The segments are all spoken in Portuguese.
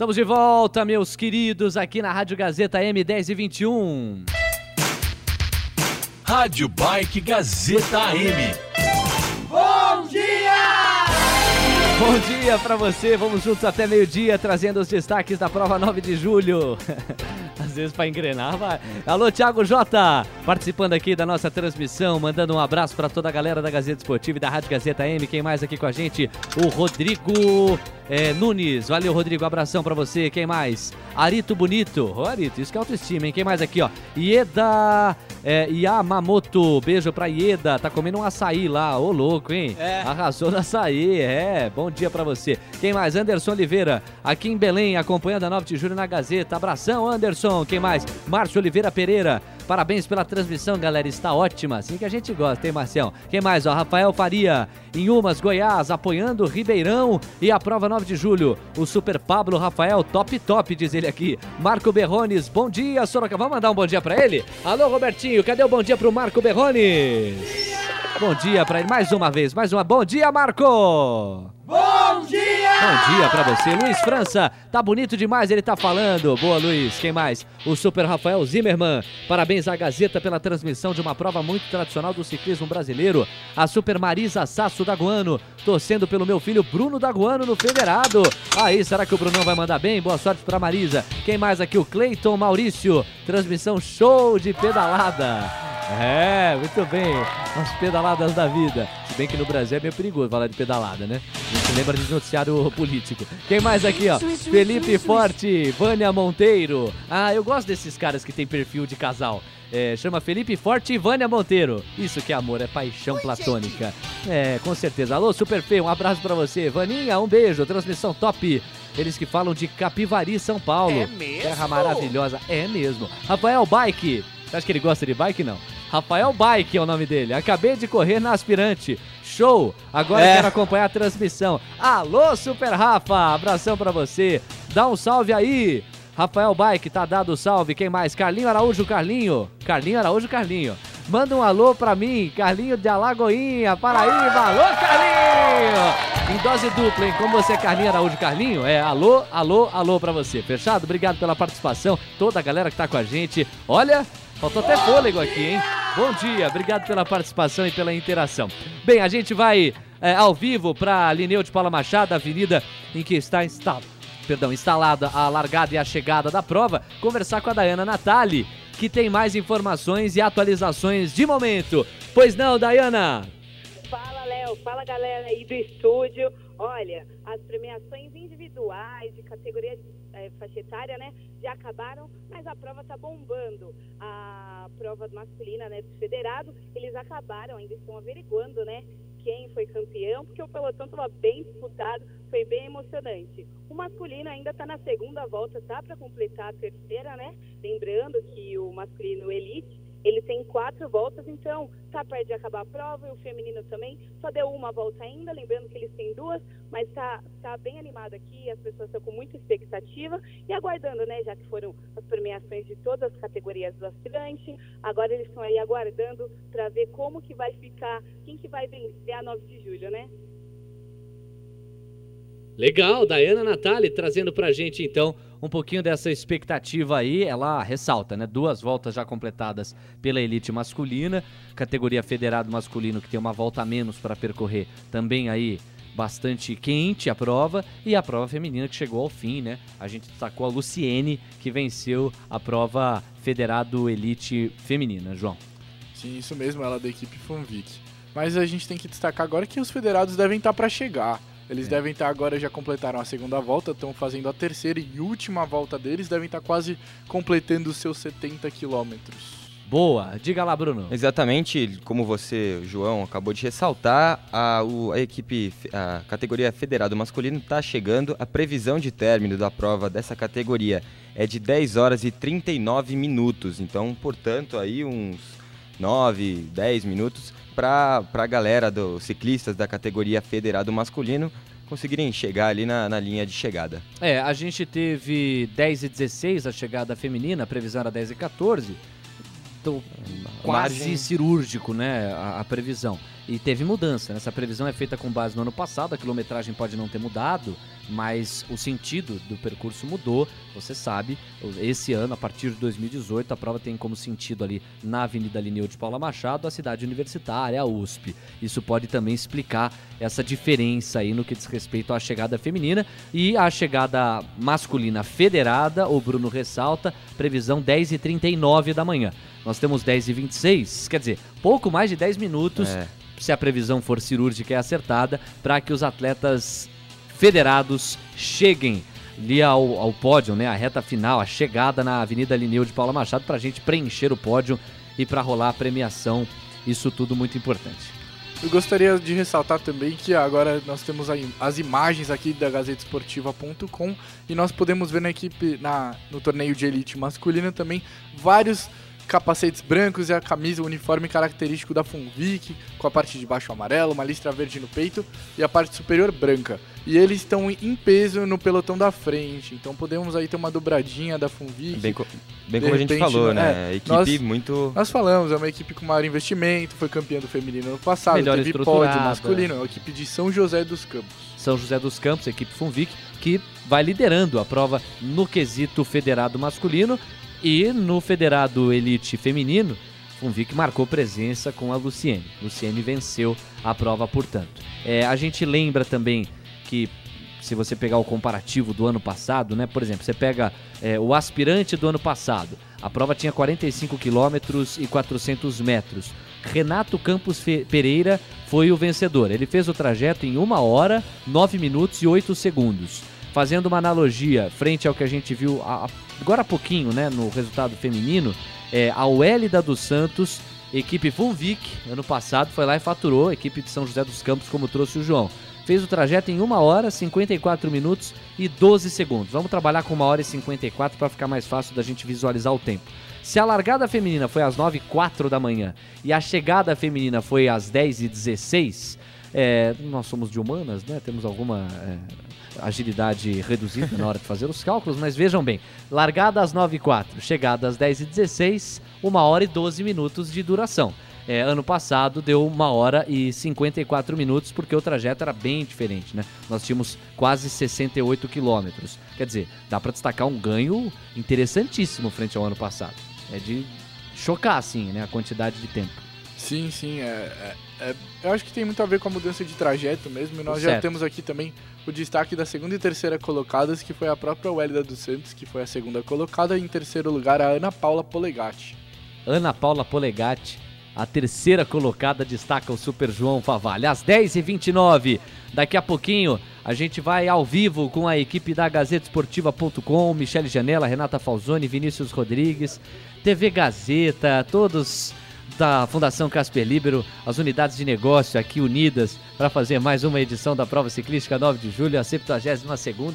Estamos de volta, meus queridos, aqui na Rádio Gazeta M1021. Rádio Bike Gazeta AM. Bom dia! Bom dia pra você, vamos juntos até meio-dia, trazendo os destaques da prova 9 de julho. Às vezes pra engrenar, vai. Alô, Thiago Jota, participando aqui da nossa transmissão, mandando um abraço pra toda a galera da Gazeta Esportiva e da Rádio Gazeta AM. Quem mais aqui com a gente? O Rodrigo Nunes. Valeu, Rodrigo, abração pra você. Quem mais? Arito Bonito. Ô, Arito, isso que é autoestima, hein? Quem mais aqui, ó? Ieda Yamamoto. Beijo pra Ieda. Tá comendo um açaí lá. Ô, louco, hein? Arrasou no açaí. Bom dia pra você. Quem mais? Anderson Oliveira, aqui em Belém, acompanhando a 9 de julho na Gazeta. Abração, Anderson. Quem mais? Márcio Oliveira Pereira. Parabéns pela transmissão, galera. Está ótima. Assim que a gente gosta, hein, Marcião? Quem mais? Ó, Rafael Faria, em Umas, Goiás, apoiando Ribeirão e a prova 9 de julho. O Super Pablo Rafael, top, diz ele aqui. Marco Berrones, bom dia, Sorocaba. Vamos mandar um bom dia pra ele? Alô, Robertinho, cadê o bom dia pro Marco Berrones? Bom dia pra ele, mais uma vez, Bom dia, Marco! Bom dia! Bom dia pra você, Luiz França, tá bonito demais, ele tá falando. Boa, Luiz. Quem mais? O Super Rafael Zimmermann, parabéns à Gazeta pela transmissão de uma prova muito tradicional do ciclismo brasileiro. A Super Marisa Sasso Daguano, torcendo pelo meu filho Bruno Daguano no federado. Aí, será que o Brunão vai mandar bem? Boa sorte pra Marisa. Quem mais aqui? O Cleiton Maurício, transmissão show de pedalada. Muito bem, as pedaladas da vida. Se bem que no Brasil é meio perigoso falar de pedalada, né? A gente lembra de noticiário político. Quem mais aqui, ó? Felipe Forte, Vânia Monteiro. Eu gosto desses caras que tem perfil de casal. Chama Felipe Forte e Vânia Monteiro. Isso que é amor, é paixão platônica. Com certeza. Alô, Super Feio, um abraço pra você. Vaninha, um beijo, transmissão top. Eles que falam de Capivari, São Paulo. É mesmo? Terra maravilhosa, é mesmo. Rafael Bike, você acha que ele gosta de bike? Não. Rafael Bike é o nome dele. Acabei de correr na Aspirante. Show! Agora quero acompanhar a transmissão. Alô, Super Rafa! Abração pra você. Dá um salve aí. Rafael Bike, tá dado o salve. Quem mais? Carlinho Araújo, Carlinho. Manda um alô pra mim. Carlinho de Alagoinha, Paraíba. Alô, Carlinho! Em dose dupla, hein? Como você é Carlinho Araújo, Carlinho? Alô pra você. Fechado? Obrigado pela participação. Toda a galera que tá com a gente. Olha... Faltou até fôlego aqui, hein? Bom dia, obrigado pela participação e pela interação. Bem, a gente vai ao vivo para Linneu de Paula Machado, a avenida em que está instalada a largada e a chegada da prova, conversar com a Dayana Natali, que tem mais informações e atualizações de momento. Pois não, Dayana? Fala, Léo. Fala, galera aí do estúdio. Olha, as premiações individuais de categoria faixa etária, né, já acabaram, mas a prova tá bombando. A prova masculina, né, do federado, eles acabaram, ainda estão averiguando, né, quem foi campeão, porque o pelotão estava bem disputado, foi bem emocionante. O masculino ainda tá na segunda volta, tá para completar a terceira, né, lembrando que o masculino elite, ele tem 4 voltas, então tá perto de acabar a prova, e o feminino também só deu uma volta ainda, lembrando que eles têm 2, mas tá bem animado aqui, as pessoas estão com muita expectativa e aguardando, né, já que foram as premiações de todas as categorias do aspirante, agora eles estão aí aguardando para ver como que vai ficar, quem que vai vencer a 9 de julho, né? Legal, Dayana Natali trazendo pra gente então um pouquinho dessa expectativa aí. Ela ressalta, né? 2 voltas já completadas pela elite masculina, categoria federado masculino que tem uma volta a menos para percorrer, também aí bastante quente a prova, e a prova feminina que chegou ao fim, né? A gente destacou a Luciene, que venceu a prova federado elite feminina, João. Sim, isso mesmo, ela é da equipe Fanvic. Mas a gente tem que destacar agora que os federados devem estar para chegar. Eles devem estar agora, já completaram a segunda volta, estão fazendo a terceira e última volta deles, devem estar quase completando os seus 70 quilômetros. Boa, diga lá, Bruno. Exatamente, como você, João, acabou de ressaltar, a categoria federado masculino está chegando. A previsão de término da prova dessa categoria é de 10 horas e 39 minutos, então, portanto, aí uns 9, 10 minutos para a galera dos ciclistas da categoria federado masculino conseguirem chegar ali na linha de chegada. A gente teve 10 e 16 a chegada feminina, a previsão era 10 e 14, então quase cirúrgico, né, a previsão. e teve mudança. Essa previsão é feita com base no ano passado, a quilometragem pode não ter mudado, mas o sentido do percurso mudou. Você sabe, esse ano, a partir de 2018, a prova tem como sentido ali na Avenida Linneu de Paula Machado a cidade universitária, a USP. Isso pode também explicar essa diferença aí no que diz respeito à chegada feminina e à chegada masculina federada. O Bruno ressalta, previsão 10h39 da manhã. Nós temos 10h26, quer dizer, pouco mais de 10 minutos, se a previsão for cirúrgica e acertada, para que os atletas federados cheguem ali ao pódio, né, a reta final, a chegada na Avenida Linneu de Paula Machado, para a gente preencher o pódio e para rolar a premiação. Isso tudo muito importante. Eu gostaria de ressaltar também que agora nós temos as imagens aqui da GazetaEsportiva.com e nós podemos ver na equipe, no torneio de elite masculina também, vários capacetes brancos e a camisa, o uniforme característico da Funvic, com a parte de baixo amarela, uma listra verde no peito e a parte superior branca. E eles estão em peso no pelotão da frente, então podemos aí ter uma dobradinha da Funvic. Bem como a gente falou, né? Equipe muito... Nós falamos, é uma equipe com maior investimento, foi campeã do feminino no passado, melhor teve pódio masculino, é uma equipe de São José dos Campos. São José dos Campos, equipe Funvic, que vai liderando a prova no quesito federado masculino. E no federado elite feminino, Funvic marcou presença com a Luciene. Luciene venceu a prova, portanto. A gente lembra também que, se você pegar o comparativo do ano passado, né? Por exemplo, você pega o aspirante do ano passado. A prova tinha 45 quilômetros e 400 metros. Renato Campos Pereira foi o vencedor. Ele fez o trajeto em 1 hora, 9 minutos e 8 segundos. Fazendo uma analogia frente ao que a gente viu agora há pouquinho, né, no resultado feminino, a Wélida dos Santos, equipe Funvic, ano passado, foi lá e faturou, a equipe de São José dos Campos, como trouxe o João. Fez o trajeto em 1 hora, 54 minutos e 12 segundos. Vamos trabalhar com 1 hora e 54 para ficar mais fácil da gente visualizar o tempo. Se a largada feminina foi às 9h04 da manhã e a chegada feminina foi às 10h16, nós somos de humanas, né? Temos alguma agilidade reduzida na hora de fazer os cálculos, mas vejam bem, largada às 9h04, chegada às 10h16, 1 hora e 12 minutos de duração. Ano passado deu 1 hora e 54 minutos, porque o trajeto era bem diferente, né? Nós tínhamos quase 68 quilômetros. Quer dizer, dá para destacar um ganho interessantíssimo frente ao ano passado. É de chocar, assim, né? A quantidade de tempo. Sim, eu acho que tem muito a ver com a mudança de trajeto mesmo, e nós já temos aqui também o destaque da segunda e terceira colocadas, que foi a própria Wélida dos Santos, que foi a segunda colocada, e em terceiro lugar a Ana Paula Polegatti. Ana Paula Polegatti, a terceira colocada, destaca o Super João Favalli. Às 10h29, daqui a pouquinho, a gente vai ao vivo com a equipe da GazetaEsportiva.com, Michele Janela, Renata Falzoni, Vinícius Rodrigues, TV Gazeta, todos da Fundação Casper Libero, as unidades de negócio aqui unidas para fazer mais uma edição da Prova Ciclística 9 de Julho, a 72ª,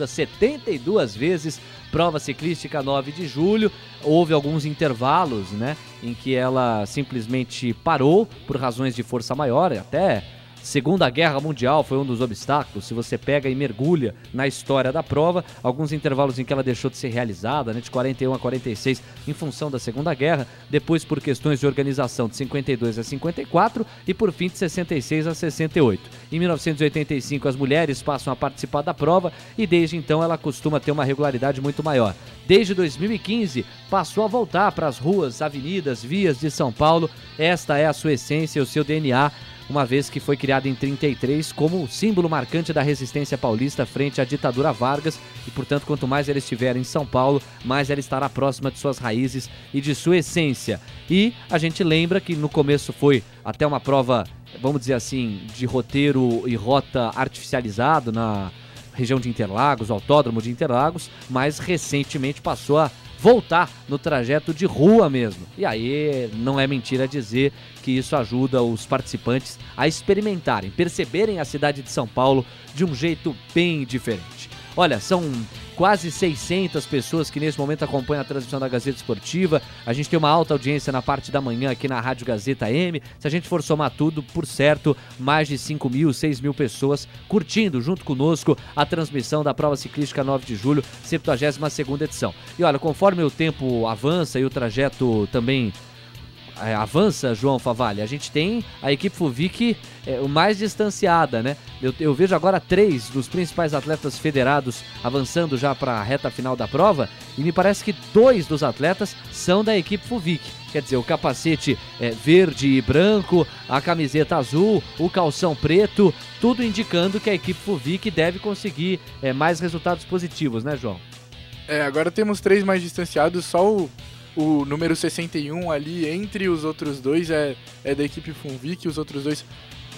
72 vezes Prova Ciclística 9 de Julho. Houve alguns intervalos, né, em que ela simplesmente parou por razões de força maior, até Segunda Guerra Mundial foi um dos obstáculos. Se você pega e mergulha na história da prova, alguns intervalos em que ela deixou de ser realizada, né, de 41 a 46, em função da Segunda Guerra, depois por questões de organização de 52 a 54 e por fim de 66 a 68. Em 1985 as mulheres passam a participar da prova e desde então ela costuma ter uma regularidade muito maior. Desde 2015 passou a voltar para as ruas, avenidas, vias de São Paulo. Esta é a sua essência, o seu DNA, uma vez que foi criada em 33 como símbolo marcante da resistência paulista frente à ditadura Vargas, e portanto quanto mais ela estiver em São Paulo, mais ela estará próxima de suas raízes e de sua essência. E a gente lembra que no começo foi até uma prova, vamos dizer assim, de roteiro e rota artificializado na região de Interlagos, o Autódromo de Interlagos, mas recentemente passou a voltar no trajeto de rua mesmo. E aí não é mentira dizer que isso ajuda os participantes a experimentarem, perceberem a cidade de São Paulo de um jeito bem diferente. Olha, são quase 600 pessoas que nesse momento acompanham a transmissão da Gazeta Esportiva. A gente tem uma alta audiência na parte da manhã aqui na Rádio Gazeta M. Se a gente for somar tudo, por certo, mais de 5 mil, 6 mil pessoas curtindo junto conosco a transmissão da Prova Ciclística 9 de Julho, 72ª edição. E olha, conforme o tempo avança e o trajeto também avança, João Favalli, a gente tem a equipe FUVIC o mais distanciada, né? Eu vejo agora 3 dos principais atletas federados avançando já para a reta final da prova e me parece que 2 dos atletas são da equipe FUVIC. Quer dizer, o capacete verde e branco, a camiseta azul, o calção preto, tudo indicando que a equipe FUVIC deve conseguir mais resultados positivos, né, João? Agora temos 3 mais distanciados, só o número 61 ali entre os outros 2 é da equipe FUVIC, os outros 2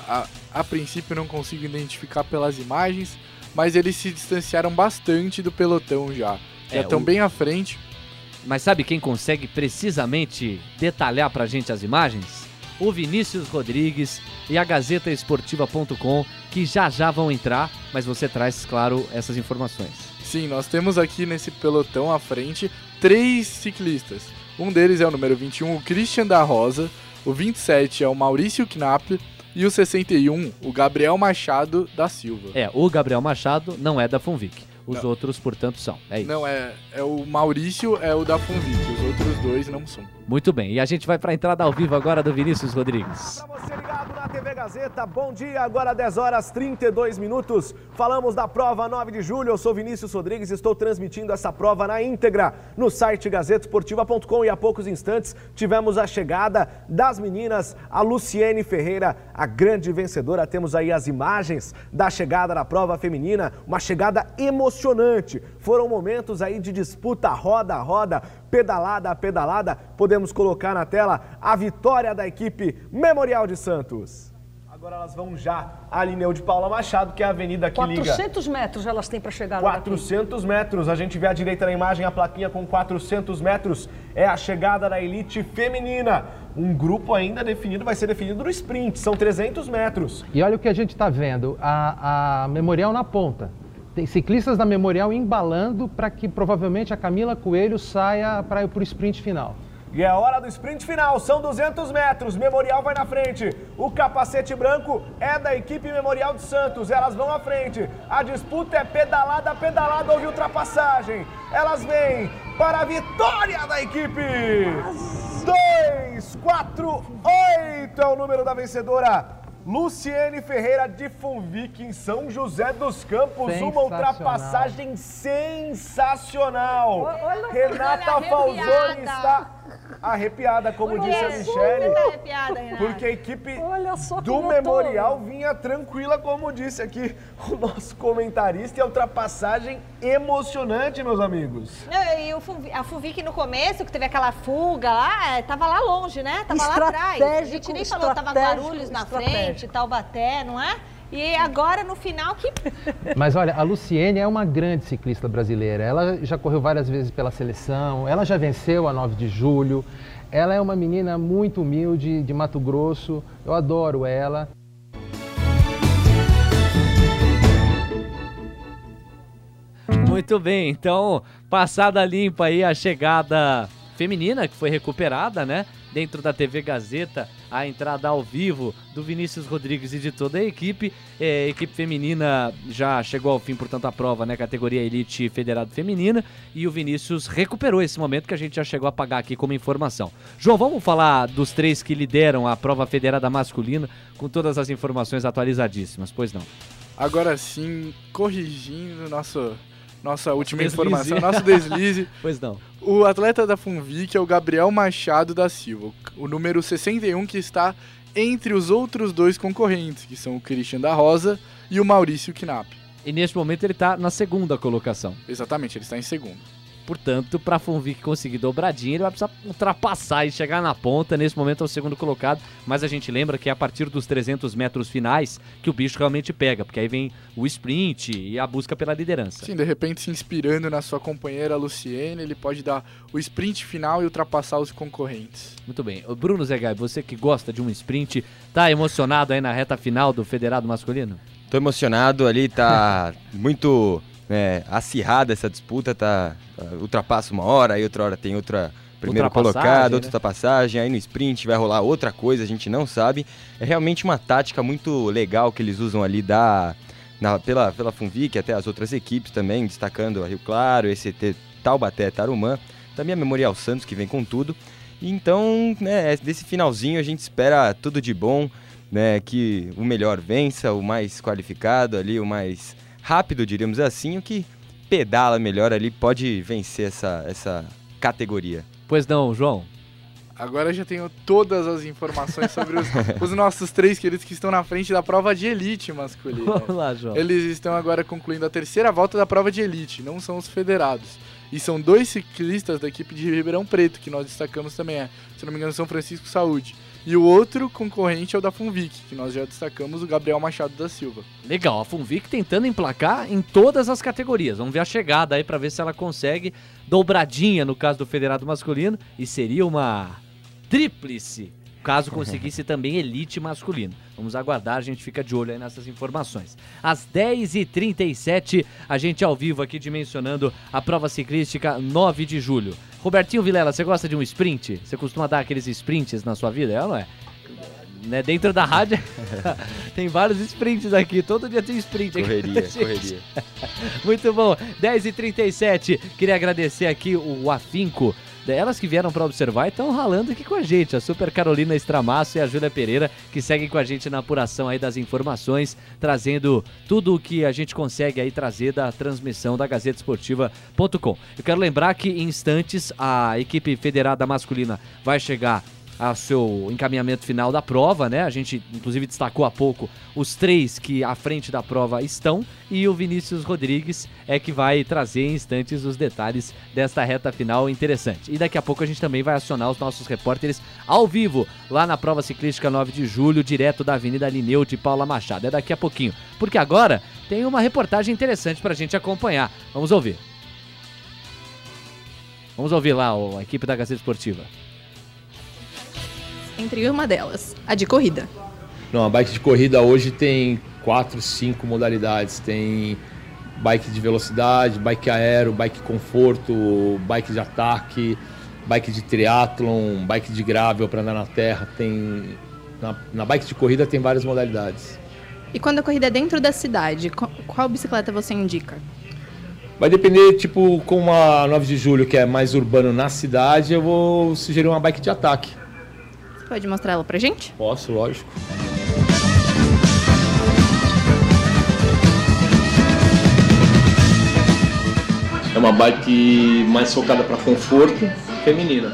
a princípio não consigo identificar pelas imagens, mas eles se distanciaram bastante do pelotão já estão bem à frente. Mas sabe quem consegue precisamente detalhar pra gente as imagens? O Vinícius Rodrigues e a GazetaEsportiva.com, que já vão entrar, mas você traz, claro, essas informações. Sim, nós temos aqui nesse pelotão à frente 3 ciclistas. Um deles é o número 21, o Christian da Rosa, o 27 é o Maurício Knapp e o 61, o Gabriel Machado da Silva. O Gabriel Machado não é da FUVIC. Os outros, portanto, são. É isso. Não, é o Maurício, é o da FUVIC. Os outros 2 não são. Muito bem. E a gente vai para a entrada ao vivo agora do Vinícius Rodrigues. Para você ligado na TV Gazeta, bom dia. Agora 10 horas 32 minutos. Falamos da prova 9 de julho. Eu sou Vinícius Rodrigues e estou transmitindo essa prova na íntegra no site GazetaEsportiva.com. E há poucos instantes tivemos a chegada das meninas, a Luciene Ferreira, a grande vencedora. Temos aí as imagens da chegada da prova feminina. Uma chegada emocionante. Foram momentos aí de disputa roda a roda, pedalada a pedalada. Podemos colocar na tela a vitória da equipe Memorial de Santos. Agora elas vão já à Alineu de Paula Machado, que é a avenida que liga... 400 metros elas têm para chegar lá. 400 metros. A gente vê à direita na imagem a plaquinha com 400 metros. É a chegada da elite feminina. Um grupo ainda definido, vai ser definido no sprint. São 300 metros. E olha o que a gente está vendo. A Memorial na ponta. Tem ciclistas da Memorial embalando para que provavelmente a Camila Coelho saia para o sprint final. E é a hora do sprint final, são 200 metros, Memorial vai na frente. O capacete branco é da equipe Memorial de Santos, elas vão à frente. A disputa é pedalada a pedalada, houve ultrapassagem. Elas vêm para a vitória da equipe. 2, 4, 8 é o número da vencedora. Luciene Ferreira de FUVIC em São José dos Campos, uma ultrapassagem sensacional. Renata Falzoni está arrepiada, como disse a Michele, porque a equipe do Memorial vinha tranquila, como disse aqui o nosso comentarista, e a ultrapassagem emocionante, meus amigos. E a FUVIC no começo, que teve aquela fuga lá, tava lá longe, né? Tava lá atrás. A gente nem falou, tava Guarulhos na frente, Taubaté, não é? E agora no final que... Mas olha, a Luciene é uma grande ciclista brasileira. Ela já correu várias vezes pela seleção, ela já venceu a 9 de julho. Ela é uma menina muito humilde, de Mato Grosso. Eu adoro ela. Muito bem, então, passada limpa aí a chegada feminina, que foi recuperada, né? Dentro da TV Gazeta, a entrada ao vivo do Vinícius Rodrigues e de toda a equipe. A equipe feminina já chegou ao fim, portanto, a prova, né? Categoria Elite Federado Feminina. E o Vinícius recuperou esse momento que a gente já chegou a pagar aqui como informação. João, vamos falar dos 3 que lideram a prova federada masculina com todas as informações atualizadíssimas, pois não? Agora sim, corrigindo nossa última informação, nosso deslize. Pois não. O atleta da FUVIC é o Gabriel Machado da Silva, o número 61, que está entre os outros 2 concorrentes, que são o Christian da Rosa e o Maurício Knapp. E neste momento ele está na segunda colocação. Exatamente, ele está em segundo. Portanto, para a FUVIC conseguir dobradinha, ele vai precisar ultrapassar e chegar na ponta. Nesse momento é o segundo colocado, mas a gente lembra que é a partir dos 300 metros finais que o bicho realmente pega, porque aí vem o sprint e a busca pela liderança. Sim, de repente se inspirando na sua companheira Luciene, ele pode dar o sprint final e ultrapassar os concorrentes. Muito bem. O Bruno Zegai, você que gosta de um sprint, tá emocionado aí na reta final do Federado Masculino? Tô emocionado ali, tá muito... acirrada essa disputa, ultrapassa uma hora, aí outra hora tem outra primeiro colocado, outra ultrapassagem, aí no sprint vai rolar outra coisa, a gente não sabe. É realmente uma tática muito legal que eles usam ali pela FUVIC, até as outras equipes também, destacando a Rio Claro, ECT Taubaté, Tarumã, também a Memorial Santos, que vem com tudo. Então, né, desse finalzinho a gente espera tudo de bom, né, que o melhor vença, o mais qualificado ali, o mais rápido, diríamos assim, o que pedala melhor ali pode vencer essa categoria. Pois não, João? Agora eu já tenho todas as informações sobre os nossos 3 queridos que estão na frente da prova de elite masculina. Vamos lá, João. Eles estão agora concluindo a 3ª volta da prova de elite, não são os federados. E são 2 ciclistas da equipe de Ribeirão Preto, que nós destacamos também, se não me engano, São Francisco Saúde. E o outro concorrente é o da Funvic, que nós já destacamos, o Gabriel Machado da Silva. Legal, a Funvic tentando emplacar em todas as categorias. Vamos ver a chegada aí para ver se ela consegue dobradinha no caso do federado masculino, e seria uma tríplice caso conseguisse também elite masculino. Vamos aguardar, a gente fica de olho aí nessas informações. Às 10h37, a gente ao vivo aqui dimensionando a prova ciclística 9 de julho. Robertinho Vilela, você gosta de um sprint? Você costuma dar aqueles sprints na sua vida? É ou não é? Né, dentro da rádio tem vários sprints aqui, todo dia tem sprint aqui. Correria. Muito bom, 10h37, queria agradecer aqui o afinco delas que vieram para observar e estão ralando aqui com a gente, a Super Carolina Estramasso e a Júlia Pereira, que seguem com a gente na apuração aí das informações, trazendo tudo o que a gente consegue aí trazer da transmissão da GazettaEsportiva.com. Eu quero lembrar que em instantes a equipe federada masculina vai chegar ao seu encaminhamento final da prova, né? A gente, inclusive, destacou há pouco os 3 que à frente da prova estão, e o Vinícius Rodrigues é que vai trazer em instantes os detalhes desta reta final interessante. E daqui a pouco a gente também vai acionar os nossos repórteres ao vivo, lá na prova ciclística 9 de julho, direto da Avenida Linneu de Paula Machado. É daqui a pouquinho, porque agora tem uma reportagem interessante pra gente acompanhar. Vamos ouvir. Vamos ouvir lá a equipe da Gazeta Esportiva. Entre uma delas, a de corrida. Não, a bike de corrida hoje tem 4, 5 modalidades. Tem bike de velocidade, bike aero, bike conforto, bike de ataque, bike de triatlon, bike de gravel para andar na terra. Na bike de corrida tem várias modalidades. E quando a corrida é dentro da cidade, qual bicicleta você indica? Vai depender, tipo, com a 9 de julho, que é mais urbano na cidade, eu vou sugerir uma bike de ataque. Pode mostrar ela pra gente? Posso, lógico. É uma bike mais focada para conforto feminina.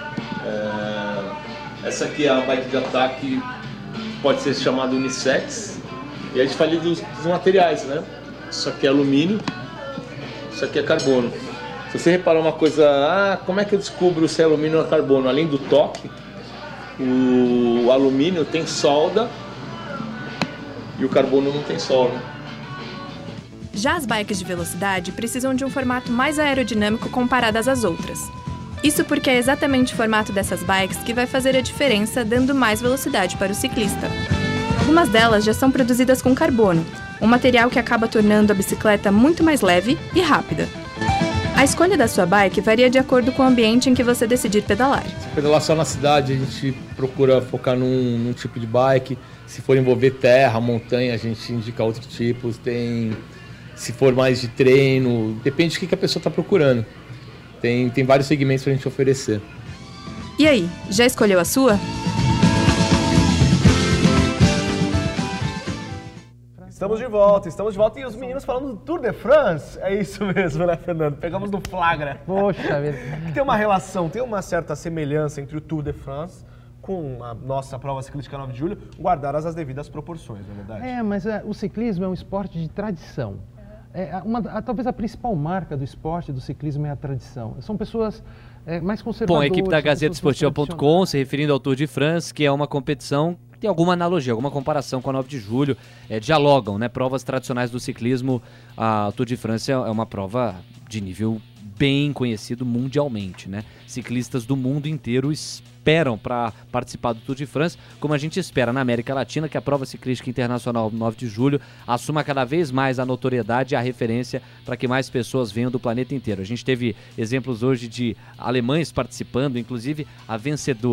Essa aqui é a bike de ataque, pode ser chamada unissex. E a gente fala dos materiais, né? Isso aqui é alumínio, isso aqui é carbono. Se você reparar uma coisa, como é que eu descubro se é alumínio ou carbono? Além do toque, o alumínio tem solda e o carbono não tem solda. Já as bikes de velocidade precisam de um formato mais aerodinâmico comparadas às outras. Isso porque é exatamente o formato dessas bikes que vai fazer a diferença, dando mais velocidade para o ciclista. Algumas delas já são produzidas com carbono, um material que acaba tornando a bicicleta muito mais leve e rápida. A escolha da sua bike varia de acordo com o ambiente em que você decidir pedalar. Se pedalar só na cidade, a gente procura focar num tipo de bike. Se for envolver terra, montanha, a gente indica outros tipos. Se for mais de treino, depende do que a pessoa está procurando. Tem vários segmentos para a gente oferecer. E aí, já escolheu a sua? Estamos de volta e os meninos falando do Tour de France. É isso mesmo, né, Fernando? Pegamos no flagra. Poxa vida. Tem uma relação, tem uma certa semelhança entre o Tour de France com a nossa prova ciclística 9 de julho, guardadas as devidas proporções, na verdade. Mas o ciclismo é um esporte de tradição. Talvez a principal marca do esporte do ciclismo é a tradição. São pessoas mais conservadoras. Bom, a equipe da GazettaEsportiva.com, se referindo ao Tour de France, que é uma competição, tem alguma analogia, alguma comparação com a 9 de julho, dialogam, né? Provas tradicionais do ciclismo, a Tour de France é uma prova de nível bem conhecido mundialmente, né? Ciclistas do mundo inteiro esperam para participar do Tour de France, como a gente espera na América Latina, que a prova ciclística internacional 9 de julho assuma cada vez mais a notoriedade e a referência para que mais pessoas venham do planeta inteiro. A gente teve exemplos hoje de alemães participando, inclusive a vencedora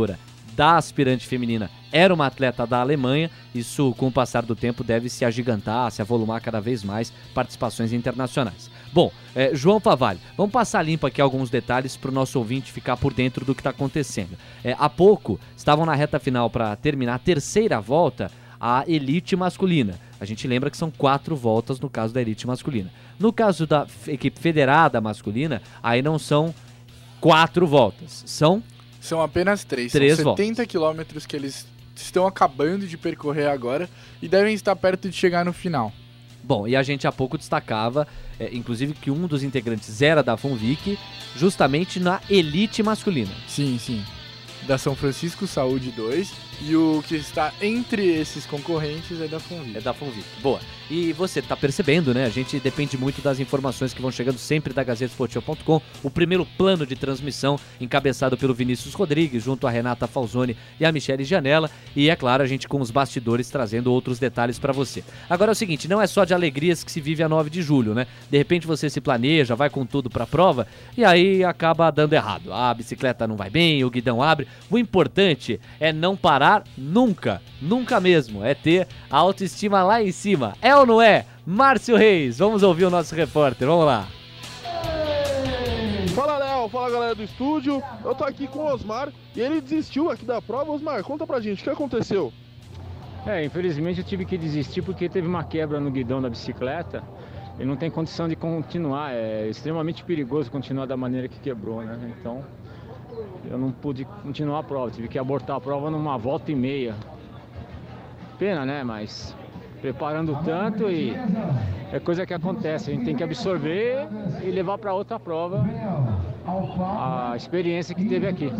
da aspirante feminina era uma atleta da Alemanha. Isso, com o passar do tempo, deve se agigantar, se avolumar cada vez mais participações internacionais. Bom, João Favalli, vamos passar limpo aqui alguns detalhes para o nosso ouvinte ficar por dentro do que está acontecendo. Há pouco, estavam na reta final para terminar a terceira volta a elite masculina. A gente lembra que são 4 voltas no caso da elite masculina. No caso da equipe federada masculina, aí não são 4 voltas, são apenas 3. São 70 quilômetros que eles estão acabando de percorrer agora e devem estar perto de chegar no final. Bom, e a gente há pouco destacava, inclusive, que um dos integrantes era da FUNVIC, justamente na elite masculina. Sim, sim. Da São Francisco Saúde 2, e o que está entre esses concorrentes é da FUNVIC. É da FUNVIC, boa. E você está percebendo, né? A gente depende muito das informações que vão chegando sempre da GazettaEsportiva.com. O primeiro plano de transmissão, encabeçado pelo Vinícius Rodrigues, junto a Renata Falzoni e a Michele Janella. E, é claro, a gente com os bastidores trazendo outros detalhes para você. Agora é o seguinte, não é só de alegrias que se vive a 9 de julho, né? De repente você se planeja, vai com tudo para a prova, e aí acaba dando errado. A bicicleta não vai bem, o guidão abre. O importante é não parar nunca, nunca mesmo. É ter a autoestima lá em cima. É ou não é? Márcio Reis, vamos ouvir o nosso repórter, vamos lá. Fala, Léo, fala, galera do estúdio. Eu tô aqui com o Osmar e ele desistiu aqui da prova. Osmar, conta pra gente, o que aconteceu? Infelizmente eu tive que desistir porque teve uma quebra no guidão da bicicleta e não tem condição de continuar. É extremamente perigoso continuar da maneira que quebrou, né? Então eu não pude continuar a prova, tive que abortar a prova numa volta e meia. Pena, né? Mas preparando tanto e é coisa que acontece, a gente tem que absorver e levar para outra prova a experiência que teve aqui.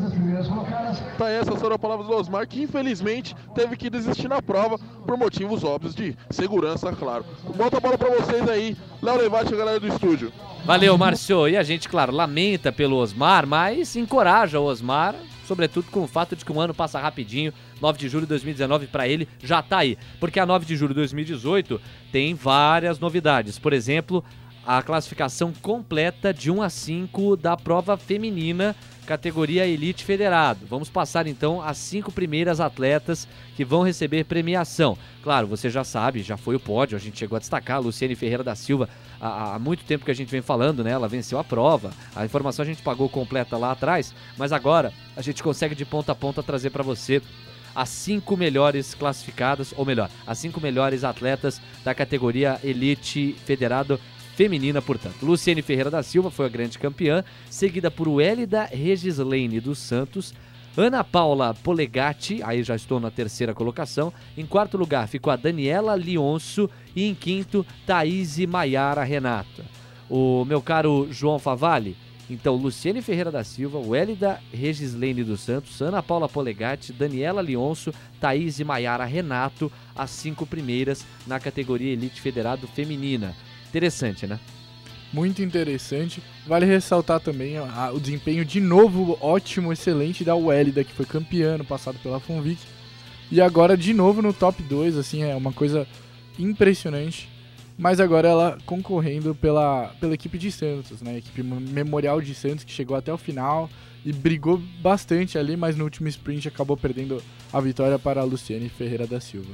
Tá, essas foram as palavras do Osmar, que infelizmente teve que desistir na prova por motivos óbvios de segurança, claro. Bota a bola para vocês aí, Léo Levati e a galera do estúdio. Valeu, Márcio. E a gente, claro, lamenta pelo Osmar, mas encoraja o Osmar, sobretudo com o fato de que um ano passa rapidinho. 9 de julho de 2019 para ele já tá aí, porque a 9 de julho de 2018 tem várias novidades. Por exemplo, a classificação completa de 1 a 5 da prova feminina, categoria Elite Federado. Vamos passar então as 5 primeiras atletas que vão receber premiação. Claro, você já sabe, já foi o pódio, a gente chegou a destacar a Luciene Ferreira da Silva. Há muito tempo que a gente vem falando, né? Ela venceu a prova, a informação a gente pagou completa lá atrás, mas agora a gente consegue de ponta a ponta trazer para você as 5 melhores classificadas, ou melhor, as 5 melhores atletas da categoria Elite Federado feminina, portanto. Luciene Ferreira da Silva foi a grande campeã, seguida por Wélida Regislene dos Santos, Ana Paula Polegatti, aí já estou na terceira colocação. Em quarto lugar ficou a Daniela Lionso e em quinto, Thaís Maiara Renata. O meu caro João Favalli, então Luciene Ferreira da Silva, Wélida Regislene dos Santos, Ana Paula Polegatti, Daniela Lionso, Thaís Maiara Renato, as 5 primeiras na categoria Elite Federado feminina. Interessante, né? Muito interessante. Vale ressaltar também o desempenho de novo ótimo, excelente da Wélida, que foi campeã no passado pela FUNVIC. E agora de novo no top 2, assim, é uma coisa impressionante. Mas agora ela concorrendo pela equipe de Santos, né? A equipe Memorial de Santos, que chegou até o final e brigou bastante ali, mas no último sprint acabou perdendo a vitória para a Luciene Ferreira da Silva.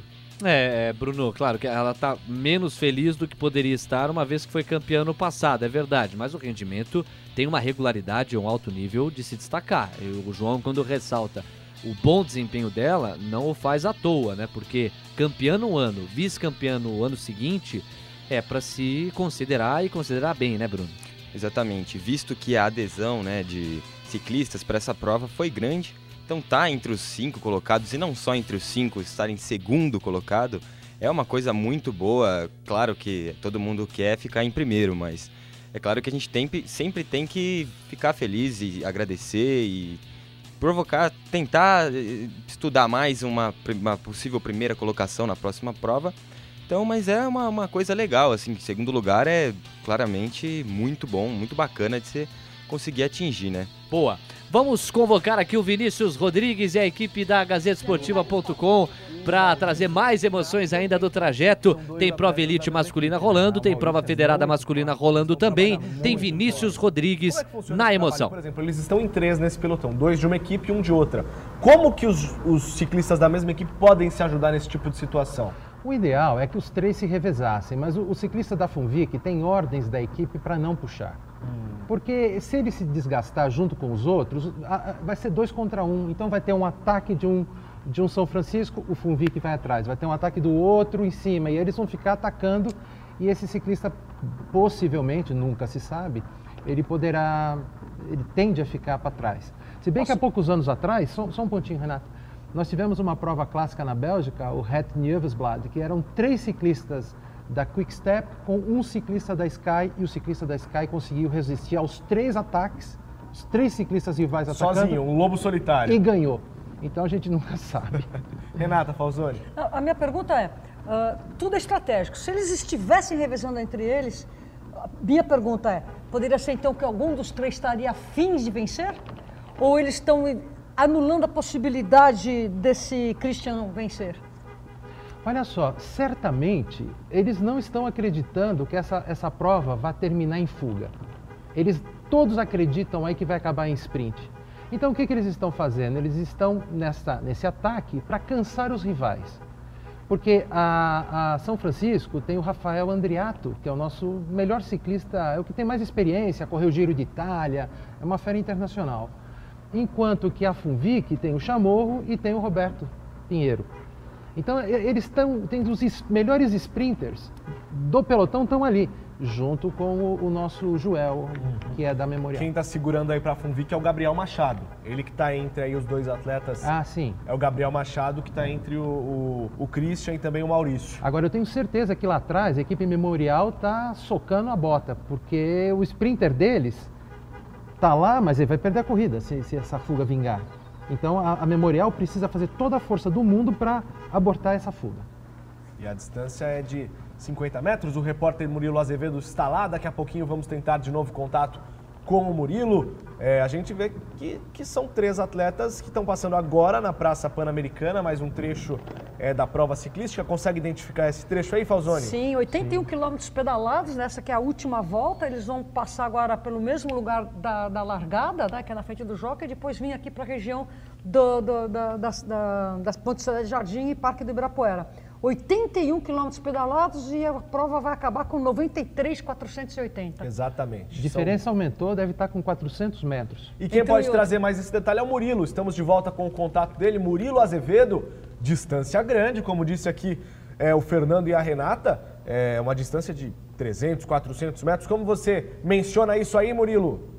Bruno, claro que ela tá menos feliz do que poderia estar, uma vez que foi campeã no passado, é verdade, mas o rendimento tem uma regularidade, um alto nível de se destacar. E o João, quando ressalta o bom desempenho dela, não o faz à toa, né? Porque campeã no ano, vice-campeã no ano seguinte, é para se considerar e considerar bem, né, Bruno? Exatamente, visto que a adesão, né, de ciclistas para essa prova foi grande. Então tá entre os 5 colocados, e não só entre os 5, estar em segundo colocado, é uma coisa muito boa. Claro que todo mundo quer ficar em primeiro, mas é claro que a gente sempre tem que ficar feliz e agradecer e provocar, tentar estudar mais uma possível primeira colocação na próxima prova. Então, mas é uma coisa legal, assim, segundo lugar é claramente muito bom, muito bacana de ser conseguir atingir, né? Boa. Vamos convocar aqui o Vinícius Rodrigues e a equipe da GazettaEsportiva.com para trazer mais emoções ainda do trajeto. Tem prova elite masculina rolando, tem prova federada masculina rolando também. Tem Vinícius Rodrigues na emoção. Por exemplo, eles estão em 3 nesse pelotão, 2 de uma equipe e 1 de outra. Como que os ciclistas da mesma equipe podem se ajudar nesse tipo de situação? O ideal é que os 3 se revezassem, mas o ciclista da Funvic tem ordens da equipe para não puxar. Porque se ele se desgastar junto com os outros, vai ser 2 contra 1. Então vai ter um ataque de um São Francisco, o Funvic vai atrás. Vai ter um ataque do outro em cima e eles vão ficar atacando. E esse ciclista, possivelmente, nunca se sabe, ele tende a ficar para trás. Se bem que há poucos anos atrás, só um pontinho, Renato, nós tivemos uma prova clássica na Bélgica, o Het Nieuwsblad, que eram 3 ciclistas da Quick Step com um ciclista da Sky, e o ciclista da Sky conseguiu resistir aos 3 ataques, os 3 ciclistas rivais atacando. Sozinho, um lobo solitário. E ganhou. Então a gente nunca sabe. Renata Falzoni. A minha pergunta é, tudo é estratégico. Se eles estivessem revezando entre eles, minha pergunta é, poderia ser então que algum dos 3 estaria afins de vencer? Ou eles estão anulando a possibilidade desse Christian vencer? Olha só, certamente eles não estão acreditando que essa prova vai terminar em fuga. Eles todos acreditam aí que vai acabar em sprint. Então o que eles estão fazendo? Eles estão nesse ataque para cansar os rivais. Porque a São Francisco tem o Rafael Andriato, que é o nosso melhor ciclista, é o que tem mais experiência, correu o Giro de Itália, é uma fera internacional. Enquanto que a Funvic tem o Chamorro e tem o Roberto Pinheiro. Então, eles tem os melhores sprinters do pelotão estão ali, junto com o nosso Joel, que é da Memorial. Quem está segurando aí para a Funvic é o Gabriel Machado. Ele que está entre aí os 2 atletas. Ah, sim. É o Gabriel Machado que está entre o Christian e também o Maurício. Agora, eu tenho certeza que lá atrás a equipe Memorial está socando a bota, porque o sprinter deles está lá, mas ele vai perder a corrida se essa fuga vingar. Então a Memorial precisa fazer toda a força do mundo para abortar essa fuga. E a distância é de 50 metros. O repórter Murilo Azevedo está lá. Daqui a pouquinho vamos tentar de novo contato com o Murilo. A gente vê que são 3 atletas que estão passando agora na Praça Pan-Americana, mais um trecho da prova ciclística. Consegue identificar esse trecho aí, Falzoni? Sim, 81 quilômetros pedalados, nessa que é a última volta. Eles vão passar agora pelo mesmo lugar da largada, né, que é na frente do Joca, e depois vir aqui para a região das Pontes de Jardim e Parque do Ibirapuera. 81 quilômetros pedalados e a prova vai acabar com 93.480. Exatamente. A diferença aumentou, deve estar com 400 metros. E quem pode trazer mais esse detalhe é o Murilo. Estamos de volta com o contato dele. Murilo Azevedo, distância grande, como disse aqui o Fernando e a Renata, é uma distância de 300, 400 metros. Como você menciona isso aí, Murilo?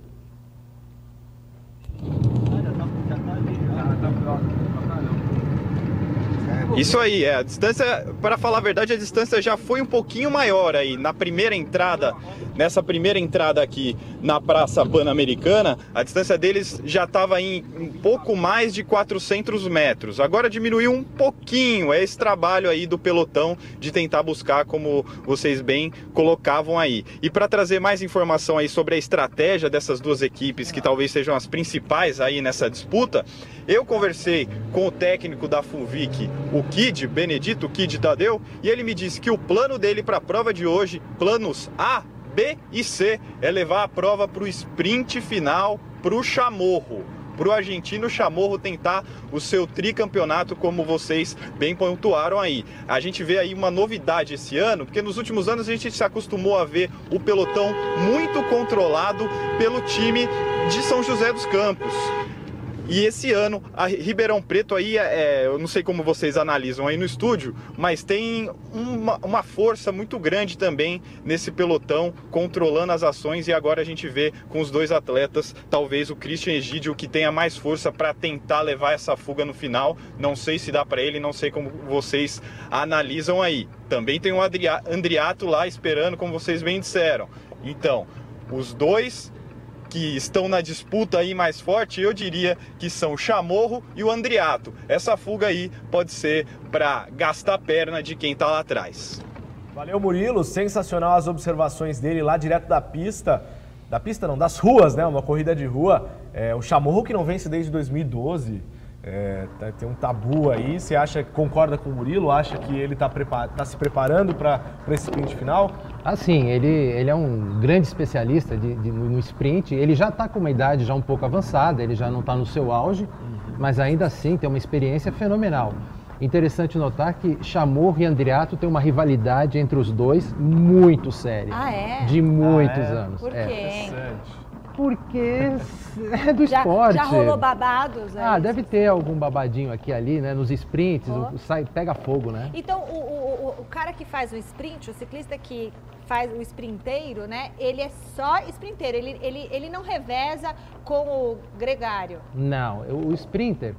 Isso aí, a distância, para falar a verdade, a distância já foi um pouquinho maior aí na primeira entrada, nessa primeira entrada aqui na Praça Pan-Americana, a distância deles já estava em um pouco mais de 400 metros. Agora diminuiu um pouquinho, é esse trabalho aí do pelotão de tentar buscar, como vocês bem colocavam aí. E para trazer mais informação aí sobre a estratégia dessas 2 equipes, que talvez sejam as principais aí nessa disputa, eu conversei com o técnico da Funvic, o Kid, Benedito Kid Tadeu, e ele me disse que o plano dele para a prova de hoje, planos A, B e C, é levar a prova para o sprint final, para o Chamorro, para o argentino Chamorro tentar o seu tricampeonato, como vocês bem pontuaram aí. A gente vê aí uma novidade esse ano, porque nos últimos anos a gente se acostumou a ver o pelotão muito controlado pelo time de São José dos Campos. E esse ano, a Ribeirão Preto aí, eu não sei como vocês analisam aí no estúdio, mas tem uma força muito grande também nesse pelotão, controlando as ações, e agora a gente vê com os 2 atletas, talvez o Christian Egídio, que tenha mais força para tentar levar essa fuga no final. Não sei se dá para ele, não sei como vocês analisam aí. Também tem o Andriato lá esperando, como vocês bem disseram. Então, os 2 que estão na disputa aí mais forte, eu diria que são o Chamorro e o Andriato. Essa fuga aí pode ser para gastar a perna de quem está lá atrás. Valeu, Murilo. Sensacional as observações dele lá direto da pista. pista não, das ruas, né? Uma corrida de rua. O Chamorro que não vence desde 2012. Tem um tabu aí. Você concorda com o Murilo? Acha que ele tá se preparando para esse sprint final? Assim, ele é um grande especialista no sprint. Ele já está com uma idade já um pouco avançada, ele já não está no seu auge, mas ainda assim tem uma experiência fenomenal. Interessante notar que Chamorro e Andreato têm uma rivalidade entre os dois muito séria. Ah, é? De muitos anos. Por quê? Porque é do esporte. Já rolou babados? Deve ter algum babadinho aqui ali, né? Nos sprints, pega fogo, né? Então, o cara que faz o sprint, o ciclista que faz o sprinteiro, né? Ele é só sprinteiro, ele não reveza com o gregário. Não, o sprinter,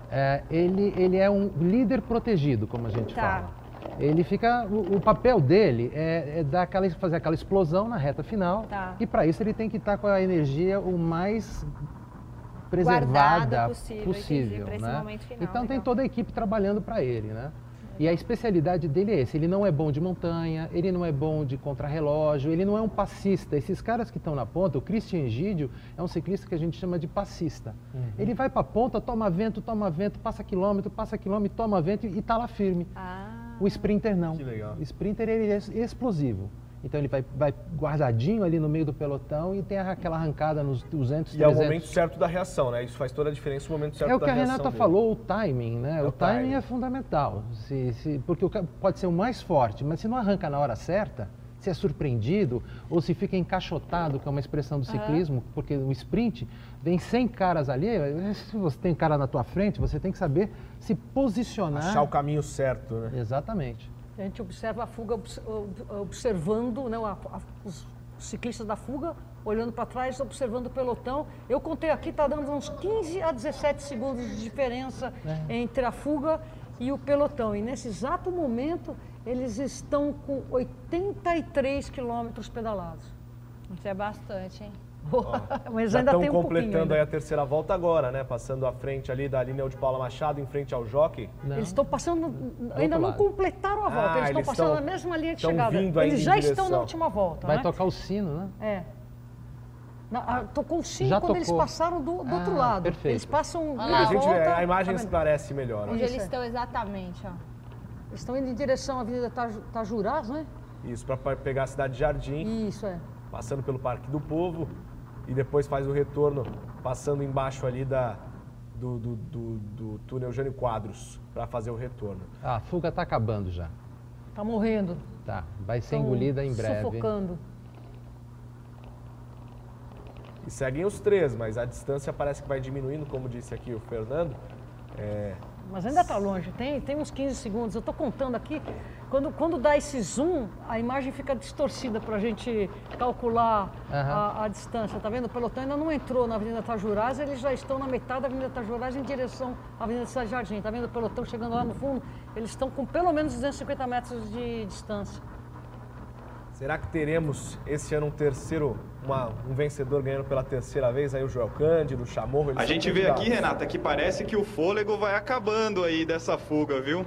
ele é um líder protegido, como a gente fala. Ele fica, o papel dele é fazer aquela explosão na reta final, e para isso ele tem que estar com a energia o mais preservada possível, né? Então tem toda a equipe trabalhando para ele, né? E a especialidade dele é esse, ele não é bom de montanha, ele não é bom de contrarrelógio, ele não é um passista. Esses caras que estão na ponta, o Christian Egídio é um ciclista que a gente chama de passista. Ele vai para a ponta, toma vento, passa quilômetro, toma vento e está lá firme. O sprinter não. Que legal. O sprinter ele é explosivo. Então ele vai guardadinho ali no meio do pelotão e tem aquela arrancada nos 200, 300. E é o momento certo da reação, né? Isso faz toda a diferença, o momento certo da reação. É o que a Renata falou, o timing, né? O timing é fundamental. Porque pode ser o mais forte, mas se não arranca na hora certa, se é surpreendido ou se fica encaixotado, que é uma expressão do ciclismo, porque o sprint vem 100 caras ali, se você tem cara na tua frente, você tem que saber se posicionar. Achar o caminho certo, né? Exatamente. A gente observa a fuga, observando, né, os ciclistas da fuga, olhando para trás, observando o pelotão. Eu contei aqui, está dando uns 15 a 17 segundos de diferença entre a fuga e o pelotão. E nesse exato momento, eles estão com 83 quilômetros pedalados. Isso é bastante, hein? Mas já ainda estão tem um completando aí a terceira volta agora, né? Passando à frente ali da linha de Paula Machado, em frente ao Jockey. Eles estão passando, ainda não completaram a volta, eles estão passando na mesma linha de chegada. Eles já estão na última volta. Vai tocar o sino, né? Tocou o sino quando eles passaram do outro lado. Perfeito. Eles passam a imagem esclarece melhor. Onde eles estão exatamente, ó. Eles estão indo em direção à Avenida Tajurás, né? Isso, para pegar a Cidade Jardim. Isso, Passando pelo Parque do Povo. E depois faz o retorno passando embaixo ali do túnel Jânio Quadros para fazer o retorno. A fuga está acabando já. Está morrendo. Tá, vai ser engolida em breve. Sufocando. E seguem os três, mas a distância parece que vai diminuindo, como disse aqui o Fernando. Mas ainda está longe, tem uns 15 segundos. Eu estou contando aqui, quando dá esse zoom, a imagem fica distorcida para a gente calcular a distância. Tá vendo? O pelotão ainda não entrou na Avenida Tajurás, eles já estão na metade da Avenida Tajurás em direção à Avenida Cidade Jardim. Tá vendo? O pelotão chegando lá no fundo, eles estão com pelo menos 250 metros de distância. Será que teremos esse ano um vencedor ganhando pela terceira vez? Aí o Joel Cândido, o Chamorro... A gente vê aqui, Renata, que parece que o fôlego vai acabando aí dessa fuga, viu?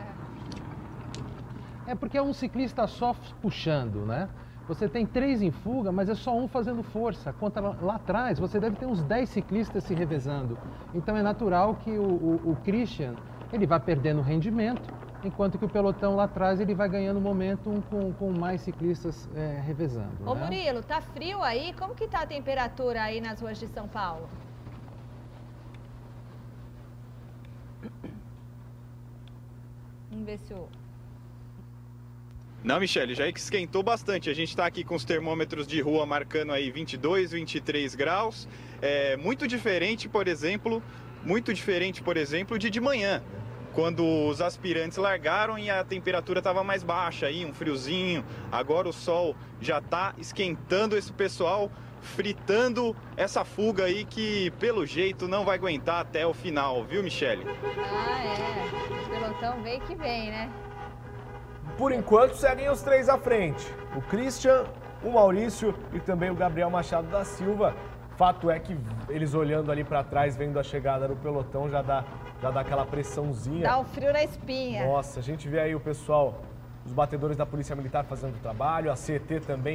É porque é um ciclista só puxando, né? Você tem 3 em fuga, mas é só um fazendo força. Contra lá atrás, você deve ter uns 10 ciclistas se revezando. Então é natural que o Christian, ele vai perdendo rendimento, enquanto que o pelotão lá atrás ele vai ganhando momento com mais ciclistas revezando. Ô Murilo, tá frio aí? Como que tá a temperatura aí nas ruas de São Paulo? Vamos ver se o... Não, Michele, já esquentou bastante. A gente está aqui com os termômetros de rua marcando aí 22, 23 graus. É muito diferente, por exemplo, de manhã, quando os aspirantes largaram e a temperatura estava mais baixa aí, um friozinho. Agora o sol já está esquentando esse pessoal, fritando essa fuga aí que, pelo jeito, não vai aguentar até o final, viu, Michele? O pelotão vem que vem, né? Por enquanto, seguem os 3 à frente. O Christian, o Maurício e também o Gabriel Machado da Silva. Fato é que eles olhando ali para trás, vendo a chegada do pelotão, já dá aquela pressãozinha. Dá o frio na espinha. Nossa, a gente vê aí o pessoal, os batedores da Polícia Militar fazendo o trabalho, a CET também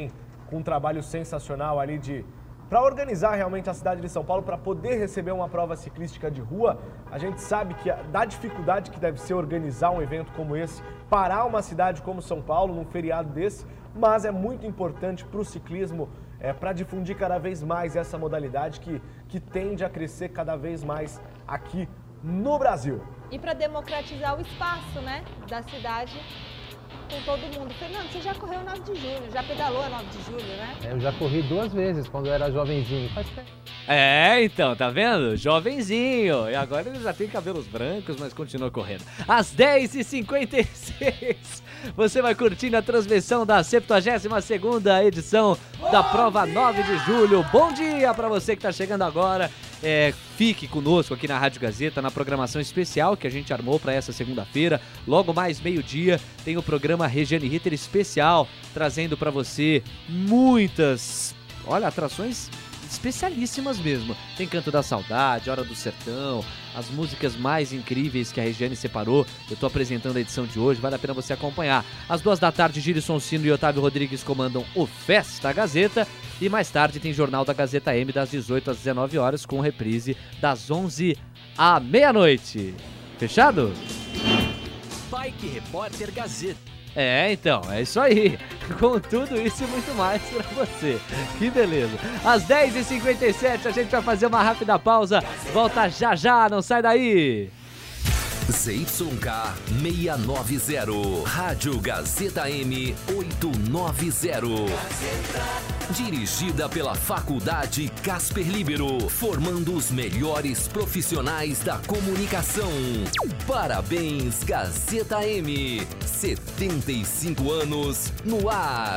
com um trabalho sensacional ali para organizar realmente a cidade de São Paulo, para poder receber uma prova ciclística de rua. A gente sabe que da dificuldade que deve ser organizar um evento como esse, parar uma cidade como São Paulo num feriado desse, mas é muito importante para o ciclismo, para difundir cada vez mais essa modalidade que tende a crescer cada vez mais aqui no Brasil. E para democratizar o espaço, né, da cidade com todo mundo. Fernando, você já correu 9 de julho, já pedalou 9 de julho, né? Eu já corri 2 vezes quando eu era jovenzinho. Faz tempo. Então, tá vendo? Jovenzinho. E agora ele já tem cabelos brancos, mas continua correndo. Às 10h56, você vai curtindo a transmissão da 72ª edição da prova 9 de julho. Bom dia pra você que tá chegando agora. Fique conosco aqui na Rádio Gazeta, na programação especial que a gente armou para essa segunda-feira. Logo mais meio-dia tem o programa Regiane Ritter especial, trazendo para você muitas, atrações especialíssimas mesmo. Tem Canto da Saudade, Hora do Sertão, as músicas mais incríveis que a Regiane separou. Eu tô apresentando a edição de hoje, vale a pena você acompanhar. Às 14h, Gilson Sino e Otávio Rodrigues comandam o Festa Gazeta. E mais tarde tem Jornal da Gazeta M das 18 às 19 horas, com reprise das 11 à meia-noite. Fechado? Bike Repórter Gazeta. Então, é isso aí. Com tudo isso e muito mais pra você. Que beleza. Às 10h57 a gente vai fazer uma rápida pausa. Volta já, não sai daí. ZYK 690, Rádio Gazeta M 890. Dirigida pela Faculdade Casper Líbero, formando os melhores profissionais da comunicação. Parabéns, Gazeta M, 75 anos no ar.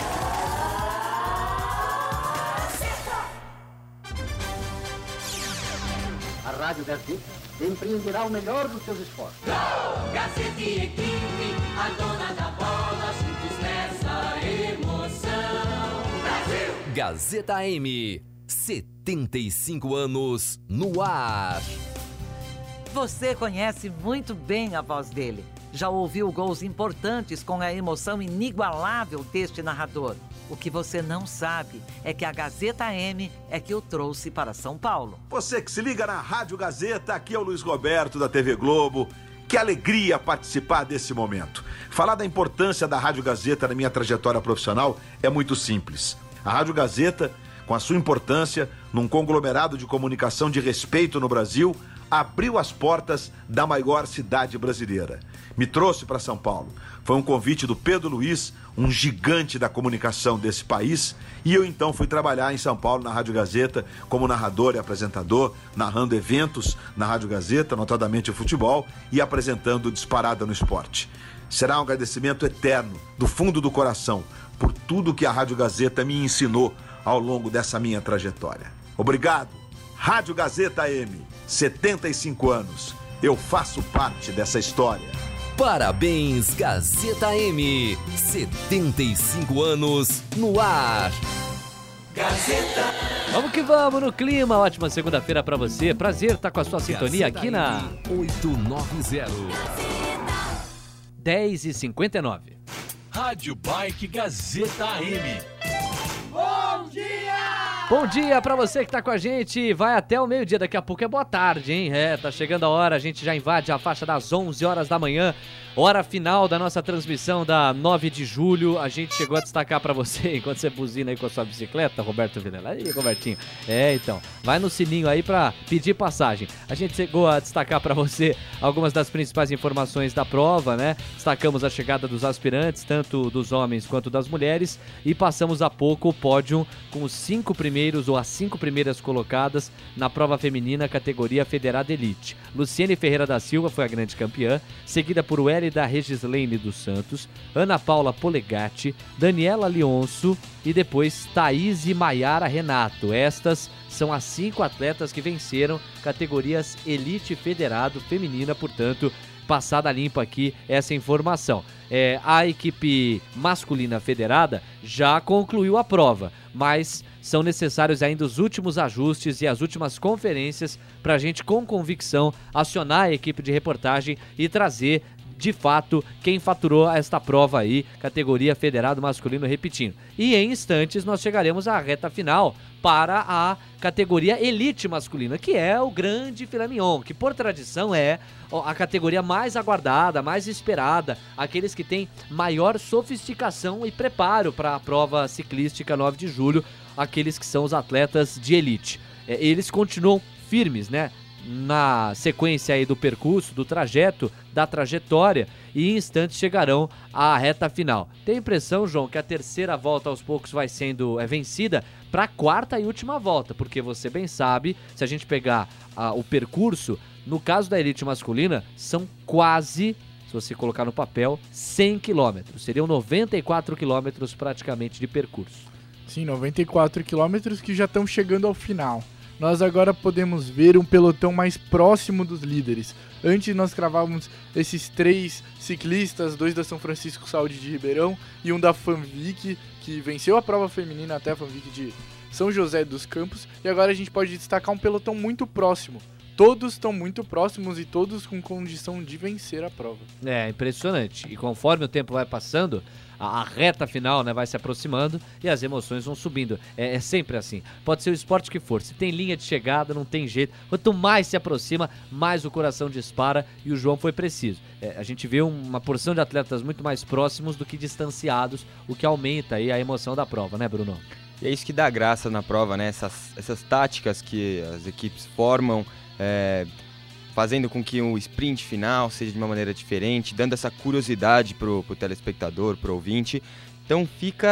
A Rádio Gazeta empreenderá o melhor dos seus esforços. Gol! Gazeta e equipe, a dona da bola, juntos nessa emoção. Brasil! Gazeta M, 75 anos no ar. Você conhece muito bem a voz dele. Já ouviu gols importantes com a emoção inigualável deste narrador. O que você não sabe é que a Gazeta M é que o trouxe para São Paulo. Você que se liga na Rádio Gazeta, aqui é o Luiz Roberto da TV Globo. Que alegria participar desse momento. Falar da importância da Rádio Gazeta na minha trajetória profissional é muito simples. A Rádio Gazeta, com a sua importância num conglomerado de comunicação de respeito no Brasil, abriu as portas da maior cidade brasileira. Me trouxe para São Paulo. Foi um convite do Pedro Luiz, um gigante da comunicação desse país, e eu então fui trabalhar em São Paulo na Rádio Gazeta como narrador e apresentador, narrando eventos na Rádio Gazeta, notadamente o futebol, e apresentando Disparada no Esporte. Será um agradecimento eterno, do fundo do coração, por tudo que a Rádio Gazeta me ensinou ao longo dessa minha trajetória. Obrigado, Rádio Gazeta M, 75 anos. Eu faço parte dessa história. Parabéns, Gazeta M, 75 anos no ar. Gazeta. Vamos que vamos no clima. Ótima segunda-feira pra você. Prazer estar com a sua sintonia Gazeta aqui na 890. 10h59. Rádio Bike Gazeta M. Bom dia! Bom dia pra você que tá com a gente, vai até o meio-dia, daqui a pouco é boa tarde, hein? Tá chegando a hora, a gente já invade a faixa das 11 horas da manhã, hora final da nossa transmissão da 9 de julho, a gente chegou a destacar pra você, enquanto você buzina aí com a sua bicicleta, Roberto Vilela, aí Robertinho, então, vai no sininho aí pra pedir passagem, a gente chegou a destacar pra você algumas das principais informações da prova, né? Destacamos a chegada dos aspirantes, tanto dos homens quanto das mulheres, e passamos há pouco o pódio com os 5 primeiros ou as 5 primeiras colocadas na prova feminina categoria Federada Elite. Luciene Ferreira da Silva foi a grande campeã, seguida por Wélida Regislene dos Santos, Ana Paula Polegatti, Daniela Leonço e depois Thaís e Maiara Renato. Estas são as 5 atletas que venceram categorias Elite Federado Feminina, portanto, passada limpa aqui essa informação. A equipe masculina federada já concluiu a prova, mas são necessários ainda os últimos ajustes e as últimas conferências para a gente, com convicção, acionar a equipe de reportagem e trazer de fato, quem faturou esta prova aí, categoria federado masculino, repetindo. E em instantes nós chegaremos à reta final para a categoria elite masculina, que é o grande filé mignon, que por tradição é a categoria mais aguardada, mais esperada, aqueles que têm maior sofisticação e preparo para a prova ciclística 9 de julho, aqueles que são os atletas de elite. Eles continuam firmes, né? Na sequência aí do percurso, do trajeto, da trajetória, e em instantes chegarão à reta final. Tem a impressão, João, que a terceira volta aos poucos vai sendo vencida para a quarta e última volta, porque você bem sabe, se a gente pegar o percurso, no caso da elite masculina, são quase, se você colocar no papel, 100 quilômetros. Seriam 94 quilômetros praticamente de percurso. Sim, 94 quilômetros que já estão chegando ao final. Nós agora podemos ver um pelotão mais próximo dos líderes. Antes nós cravávamos esses 3 ciclistas, 2 da São Francisco Saúde de Ribeirão e um da Fanvic, que venceu a prova feminina até a Fanvic de São José dos Campos. E agora a gente pode destacar um pelotão muito próximo. Todos estão muito próximos e todos com condição de vencer a prova. É, impressionante. E conforme o tempo vai passando, a reta final, né, vai se aproximando e as emoções vão subindo. É sempre assim. Pode ser o esporte que for. Se tem linha de chegada, não tem jeito. Quanto mais se aproxima, mais o coração dispara, e o João foi preciso. A gente vê uma porção de atletas muito mais próximos do que distanciados, o que aumenta aí a emoção da prova, né, Bruno? E é isso que dá graça na prova, né? Essas táticas que as equipes formam, fazendo com que o sprint final seja de uma maneira diferente, dando essa curiosidade pro telespectador, pro ouvinte. Então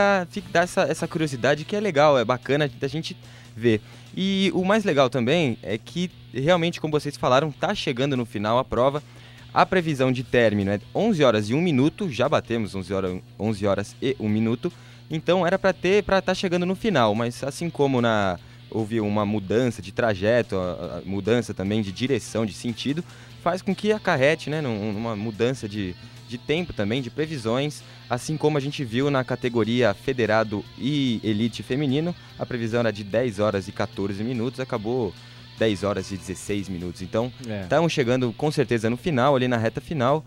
dá essa curiosidade que é legal, é bacana da gente ver. E o mais legal também é que realmente, como vocês falaram, tá chegando no final a prova. A previsão de término é 11 horas e 1 minuto, já batemos 11 horas e 1 minuto. Então era para estar chegando no final, mas assim como houve uma mudança de trajeto, a mudança também de direção, de sentido, faz com que acarrete, né, numa mudança de tempo também, de previsões, assim como a gente viu na categoria federado e elite feminino, a previsão era de 10 horas e 14 minutos, acabou 10 horas e 16 minutos, então estamos chegando com certeza no final, ali na reta final,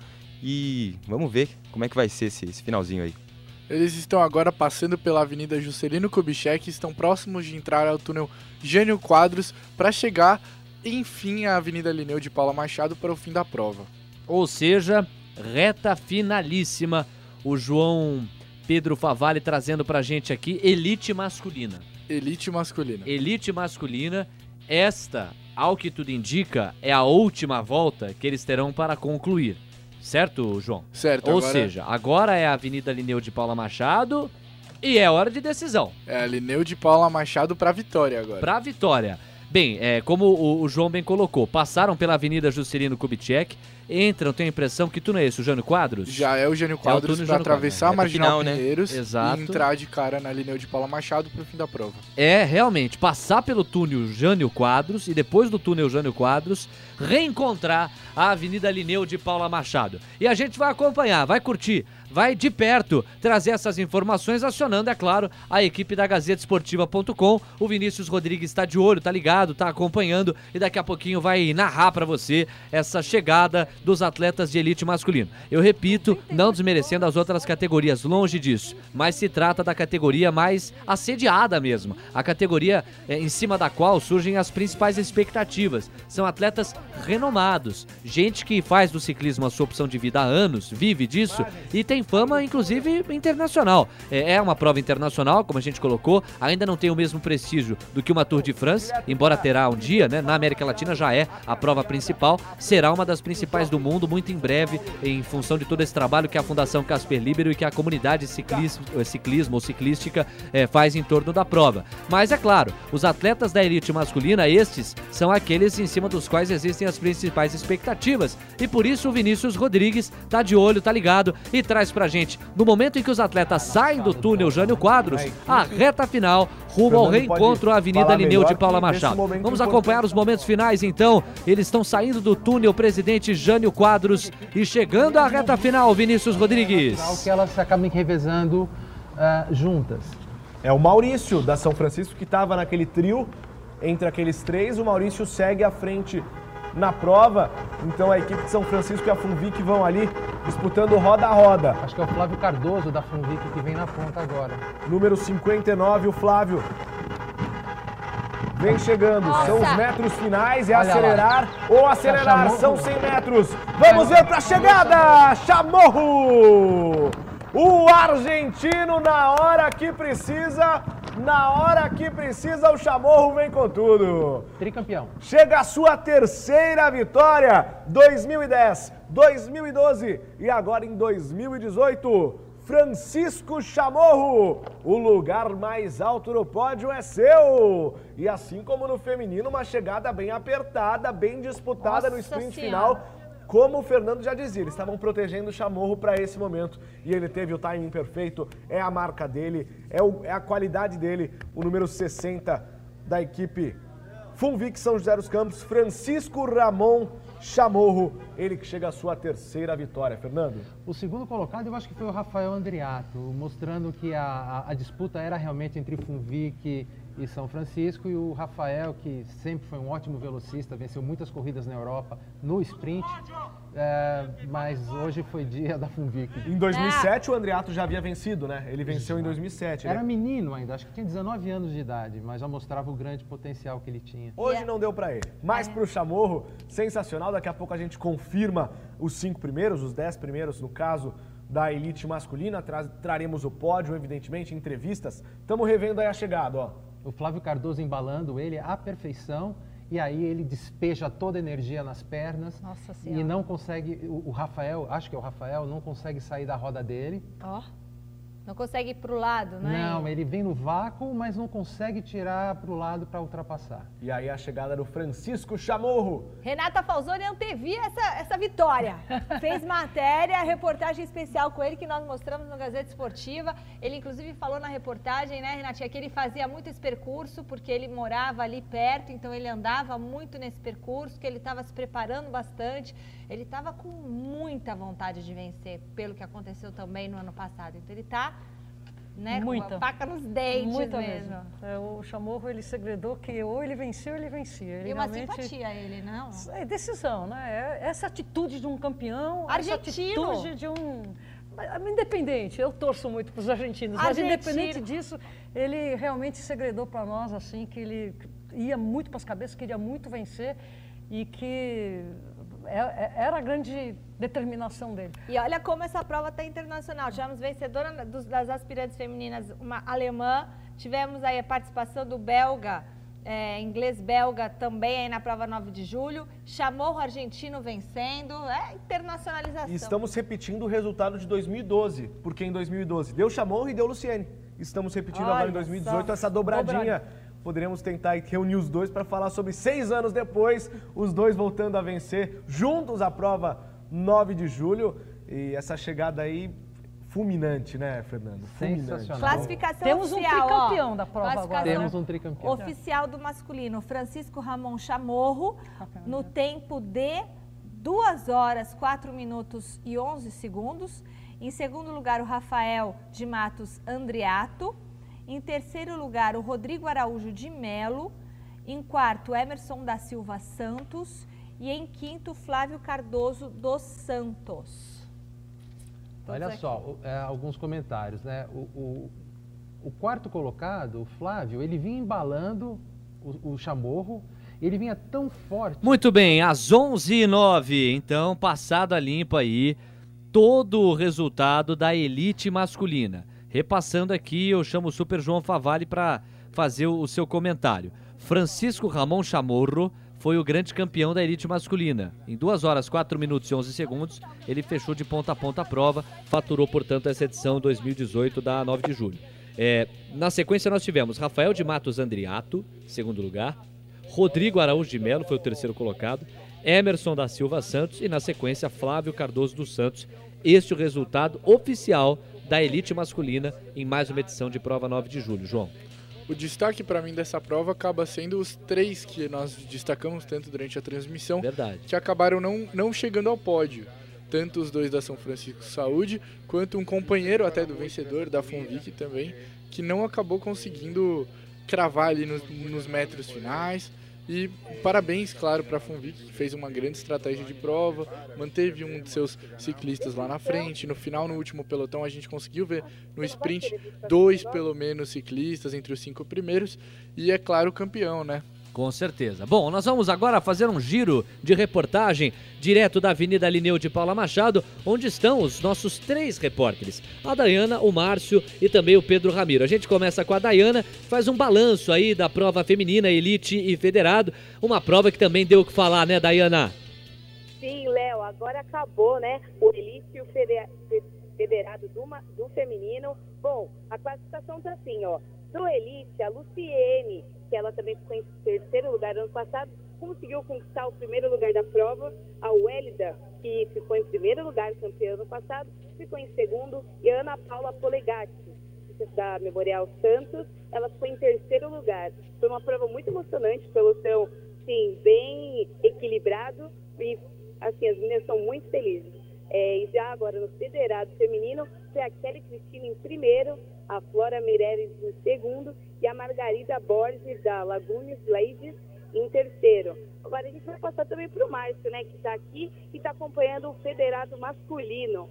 e vamos ver como é que vai ser esse finalzinho aí. Eles estão agora passando pela Avenida Juscelino Kubitschek e estão próximos de entrar ao túnel Jânio Quadros para chegar, enfim, à Avenida Linneu de Paula Machado para o fim da prova. Ou seja, reta finalíssima. O João Pedro Favalli trazendo pra gente aqui elite masculina. Elite masculina. Elite masculina. Esta, ao que tudo indica, é a última volta que eles terão para concluir. Certo, João? Certo. Ou seja, agora é a Avenida Linneu de Paula Machado e é hora de decisão. É a Linneu de Paula Machado para vitória agora. Para vitória. Bem, como o João bem colocou, passaram pela Avenida Juscelino Kubitschek, entram, tenho a impressão que tu não é esse, o Jânio Quadros? Já é o Jânio Quadros para atravessar a Marginal Pinheiros, né? E entrar de cara na Linneu de Paula Machado para o fim da prova. É, realmente, passar pelo túnel Jânio Quadros e depois do túnel Jânio Quadros, reencontrar a Avenida Linneu de Paula Machado. E a gente vai acompanhar, vai curtir, vai de perto trazer essas informações, acionando, é claro, a equipe da GazetaEsportiva.com. O Vinícius Rodrigues está de olho, tá ligado, tá acompanhando e daqui a pouquinho vai narrar para você essa chegada dos atletas de elite masculino. Eu repito, não desmerecendo as outras categorias, longe disso, mas se trata da categoria mais assediada mesmo, a categoria em cima da qual surgem as principais expectativas. São atletas renomados, gente que faz do ciclismo a sua opção de vida há anos, vive disso e tem fama, inclusive, internacional. É uma prova internacional, como a gente colocou, ainda não tem o mesmo prestígio do que uma Tour de France, embora terá um dia, né, na América Latina já é a prova principal, será uma das principais do mundo, muito em breve, em função de todo esse trabalho que a Fundação Casper Libero e que a comunidade ciclismo ou ciclística faz em torno da prova. Mas é claro, os atletas da elite masculina, estes são aqueles em cima dos quais existem as principais expectativas, e por isso o Vinícius Rodrigues tá de olho, tá ligado e traz pra gente, no momento em que os atletas saem do túnel Jânio Quadros, a reta final rumo ao reencontro à Avenida Linneu de Paula Machado. Vamos acompanhar os momentos finais então. Eles estão saindo do túnel Presidente Jânio Quadros e chegando à reta final, Vinícius Rodrigues. Que elas acabam revezando juntas. É o Maurício da São Francisco que estava naquele trio entre aqueles três. O Maurício segue à frente na prova. Então a equipe de São Francisco e a Funvic vão ali disputando roda a roda. Acho que é o Flávio Cardoso da Funvic que vem na ponta agora. Número 59, o Flávio. Vem chegando, são os metros finais, é acelerar ou acelerar, são 100 metros. Vamos ver para a chegada, Chamorro! O argentino na hora que precisa, o Chamorro vem com tudo. Tricampeão. Chega a sua terceira vitória, 2010, 2012 e agora em 2018. Francisco Chamorro, o lugar mais alto no pódio é seu. E assim como no feminino, uma chegada bem apertada, bem disputada no sprint final. Como o Fernando já dizia, eles estavam protegendo o Chamorro para esse momento. E ele teve o timing perfeito, é a marca dele, é a qualidade dele. O número 60 da equipe Funvic São José dos Campos, Francisco Ramon Chamorro, ele que chega à sua terceira vitória. Fernando? O segundo colocado eu acho que foi o Rafael Andriato, mostrando que a disputa era realmente entre Funvic e São Francisco, e o Rafael, que sempre foi um ótimo velocista, venceu muitas corridas na Europa no sprint, mas hoje foi dia da Funvic. Em 2007 o Andriato já havia vencido, né? Ele venceu em 2007. Era menino ainda, acho que tinha 19 anos de idade, mas já mostrava o grande potencial que ele tinha. Hoje não deu para ele, mas para o Chamorro, sensacional. Daqui a pouco a gente confirma os 5 primeiros, os 10 primeiros no caso da elite masculina. Traremos o pódio, evidentemente, entrevistas. Estamos revendo aí a chegada, ó. O Flávio Cardoso embalando ele à perfeição, e aí ele despeja toda a energia nas pernas. Nossa Senhora. E não consegue, o Rafael, acho que é o Rafael, não consegue sair da roda dele. Ó, não consegue ir pro lado, né? Não, ele vem no vácuo, mas não consegue tirar pro lado para ultrapassar. E aí a chegada do Francisco Chamorro. Renata Falzoni antevia essa vitória. Fez matéria, reportagem especial com ele que nós mostramos no Gazeta Esportiva. Ele inclusive falou na reportagem, né, Renatinha, que ele fazia muito esse percurso porque ele morava ali perto, então ele andava muito nesse percurso, que ele estava se preparando bastante. Ele estava com muita vontade de vencer, pelo que aconteceu também no ano passado. Então ele está, né, com a faca nos dentes mesmo. O Chamorro, ele segredou que ou ele venceu ou ele vencia. Ele e uma simpatia a ele, não? É decisão, né? Essa atitude de um campeão, argentino. Essa atitude de um... Independente, eu torço muito para os argentinos, mas independente disso, ele realmente segredou para nós, assim, que ele ia muito para as cabeças, queria muito vencer e que... Era a grande determinação dele. E olha como essa prova está internacional. Tivemos vencedora das aspirantes femininas, uma alemã. Tivemos aí a participação do belga, inglês-belga também aí na prova 9 de julho. Chamorro argentino vencendo. É internacionalização. E estamos repetindo o resultado de 2012, porque em 2012 deu Chamorro e deu Luciene. Estamos repetindo agora em 2018 essa dobradinha. Poderíamos tentar reunir os dois para falar sobre 6 anos depois, os dois voltando a vencer juntos a prova 9 de julho. E essa chegada aí, fulminante, né, Fernando? Sensacional. Classificação Temos oficial, um tricampeão da prova agora. Temos um tricampeão. Oficial do masculino, Francisco Ramon Chamorro, no tempo de 2 horas, 4 minutos e 11 segundos. Em segundo lugar, o Rafael de Matos Andriato. Em terceiro lugar, o Rodrigo Araújo de Melo. Em quarto, Emerson da Silva Santos. E em quinto, Flávio Cardoso dos Santos. Olha só, alguns comentários, né? O quarto colocado, o Flávio, ele vinha embalando o Chamorro, ele vinha tão forte. Muito bem, às 11h09, então, passado a limpo aí, todo o resultado da elite masculina. Repassando aqui, eu chamo o Super João Favalli para fazer o seu comentário. Francisco Ramon Chamorro foi o grande campeão da elite masculina. Em 2 horas, 4 minutos e 11 segundos, ele fechou de ponta a ponta a prova, faturou, portanto, essa edição 2018 da 9 de julho. Na sequência, nós tivemos Rafael de Matos Andriato, segundo lugar, Rodrigo Araújo de Melo foi o terceiro colocado, Emerson da Silva Santos e, na sequência, Flávio Cardoso dos Santos. Este é o resultado oficial da elite masculina em mais uma edição de prova 9 de julho. João. O destaque para mim dessa prova acaba sendo os 3 que nós destacamos tanto durante a transmissão. Verdade. Que acabaram não chegando ao pódio. Tanto os 2 da São Francisco Saúde, quanto um companheiro até do vencedor, da Funvic também, que não acabou conseguindo cravar ali nos metros finais. E parabéns, claro, para a Funvic, que fez uma grande estratégia de prova, manteve um de seus ciclistas lá na frente. No final, no último pelotão, a gente conseguiu ver no sprint 2, pelo menos, ciclistas entre os 5 primeiros. E, é claro, o campeão, né? Com certeza. Bom, nós vamos agora fazer um giro de reportagem direto da Avenida Linneu de Paula Machado, onde estão os nossos 3 repórteres, a Dayana, o Márcio e também o Pedro Ramiro. A gente começa com a Dayana, faz um balanço aí da prova feminina, Elite e Federado, uma prova que também deu o que falar, né, Dayana? Sim, Léo, agora acabou, né, o Elite e o Federado do feminino. Bom, a classificação tá assim, ó, do Elite, a Luciene, que ela também ficou em terceiro lugar ano passado, conseguiu conquistar o primeiro lugar da prova. A Wélida, que ficou em primeiro lugar, campeã ano passado, ficou em segundo. E a Ana Paula Polegatti, da Memorial Santos, ela ficou em terceiro lugar. Foi uma prova muito emocionante, pelotão, sim, bem equilibrado. E, assim, as meninas são muito felizes. E já agora no Federado Feminino, foi a Kelly Cristina em primeiro, a Flora Meireles em segundo e a Margarida Borges da Lagunes Ladies em terceiro. Agora a gente vai passar também para o Márcio, né, que está aqui e está acompanhando o Federado Masculino.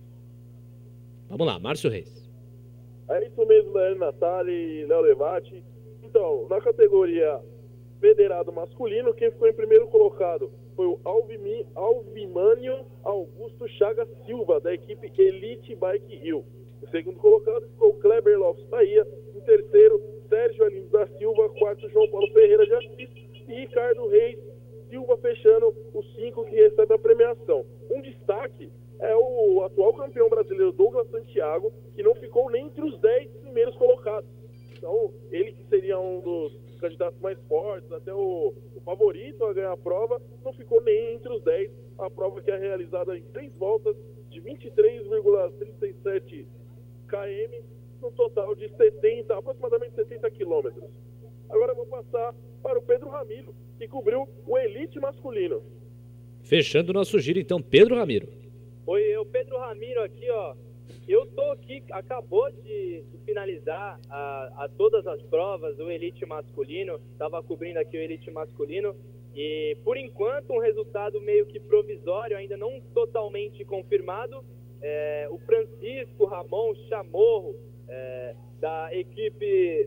Vamos lá, Márcio Reis. É isso mesmo, Daiane Natália e Léo Levati. Então, na categoria Federado Masculino, quem ficou em primeiro colocado foi o Alvimânio Augusto Chagas Silva, da equipe Elite Bike Hill. Em segundo colocado ficou o Kleber Lopes Bahia. Em terceiro, Sérgio Alins da Silva. Quarto, João Paulo Ferreira de Assis. E Ricardo Reis Silva fechando os 5 que recebem a premiação. Um destaque é o atual campeão brasileiro Douglas Santiago, que não ficou nem entre os 10 primeiros colocados. Então, ele que seria um dos candidatos mais fortes, até o favorito a ganhar a prova, não ficou nem entre os 10. A prova que é realizada em 3 voltas de 23,37 km, no total de aproximadamente 70 quilômetros. Agora eu vou passar para o Pedro Ramiro, que cobriu o Elite masculino. Fechando o nosso giro, então, Pedro Ramiro. Oi, eu, Pedro Ramiro, aqui, ó. Eu tô aqui, acabou de finalizar a todas as provas, o Elite masculino, estava cobrindo aqui o Elite masculino, e por enquanto um resultado meio que provisório, ainda não totalmente confirmado. O Francisco Ramon Chamorro, da equipe,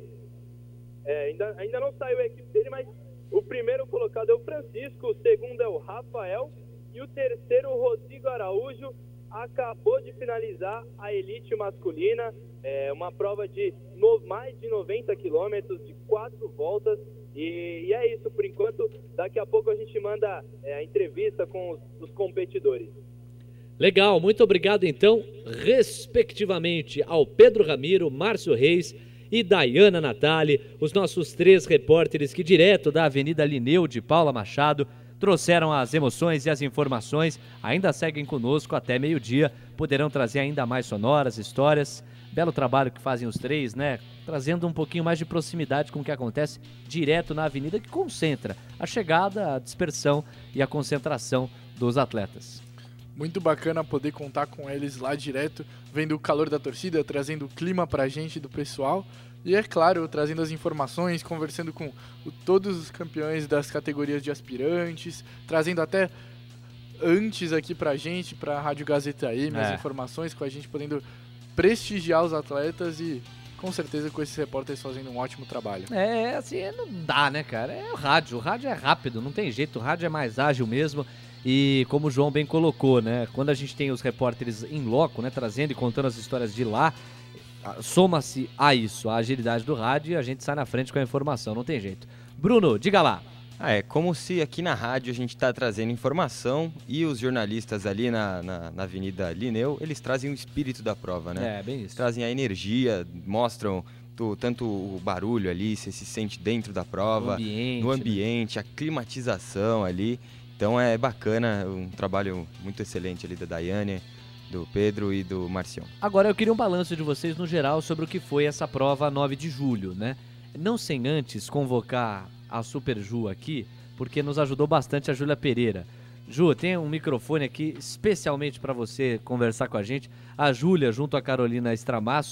ainda não saiu a equipe dele, mas o primeiro colocado é o Francisco, o segundo é o Rafael e o terceiro o Rodrigo Araújo. Acabou de finalizar a Elite masculina, uma prova de mais de 90 quilômetros, de 4 voltas, e é isso por enquanto. Daqui a pouco a gente manda a entrevista com os competidores. Legal, muito obrigado então, respectivamente, ao Pedro Ramiro, Márcio Reis e Dayana Natali, os nossos 3 repórteres que direto da Avenida Linneu de Paula Machado trouxeram as emoções e as informações, ainda seguem conosco até meio-dia, poderão trazer ainda mais sonoras, histórias, belo trabalho que fazem os 3, né, trazendo um pouquinho mais de proximidade com o que acontece direto na avenida, que concentra a chegada, a dispersão e a concentração dos atletas. Muito bacana poder contar com eles lá direto, vendo o calor da torcida, trazendo o clima pra gente do pessoal. E é claro, trazendo as informações, conversando com todos os campeões das categorias de aspirantes, trazendo até antes aqui pra gente, pra Rádio Gazeta AM, as informações, com a gente podendo prestigiar os atletas e com certeza com esses repórteres fazendo um ótimo trabalho. Assim, não dá, né, cara? É o rádio é rápido, não tem jeito, o rádio é mais ágil mesmo. E como o João bem colocou, né, quando a gente tem os repórteres em loco, né, trazendo e contando as histórias de lá, soma-se a isso, a agilidade do rádio, e a gente sai na frente com a informação, não tem jeito. Bruno, diga lá. É como se aqui na rádio a gente está trazendo informação e os jornalistas ali na Avenida Linneu, eles trazem o espírito da prova, né? Bem isso. Trazem a energia, mostram tanto o barulho ali, você se sente dentro da prova, no ambiente, né? A climatização ali. Então é bacana, um trabalho muito excelente ali da Daiane, do Pedro e do Marcião. Agora eu queria um balanço de vocês no geral sobre o que foi essa prova 9 de julho, né? Não sem antes convocar a Super Ju aqui, porque nos ajudou bastante a Júlia Pereira. Ju, tem um microfone aqui especialmente para você conversar com a gente. A Júlia, junto a Carolina Estramasso,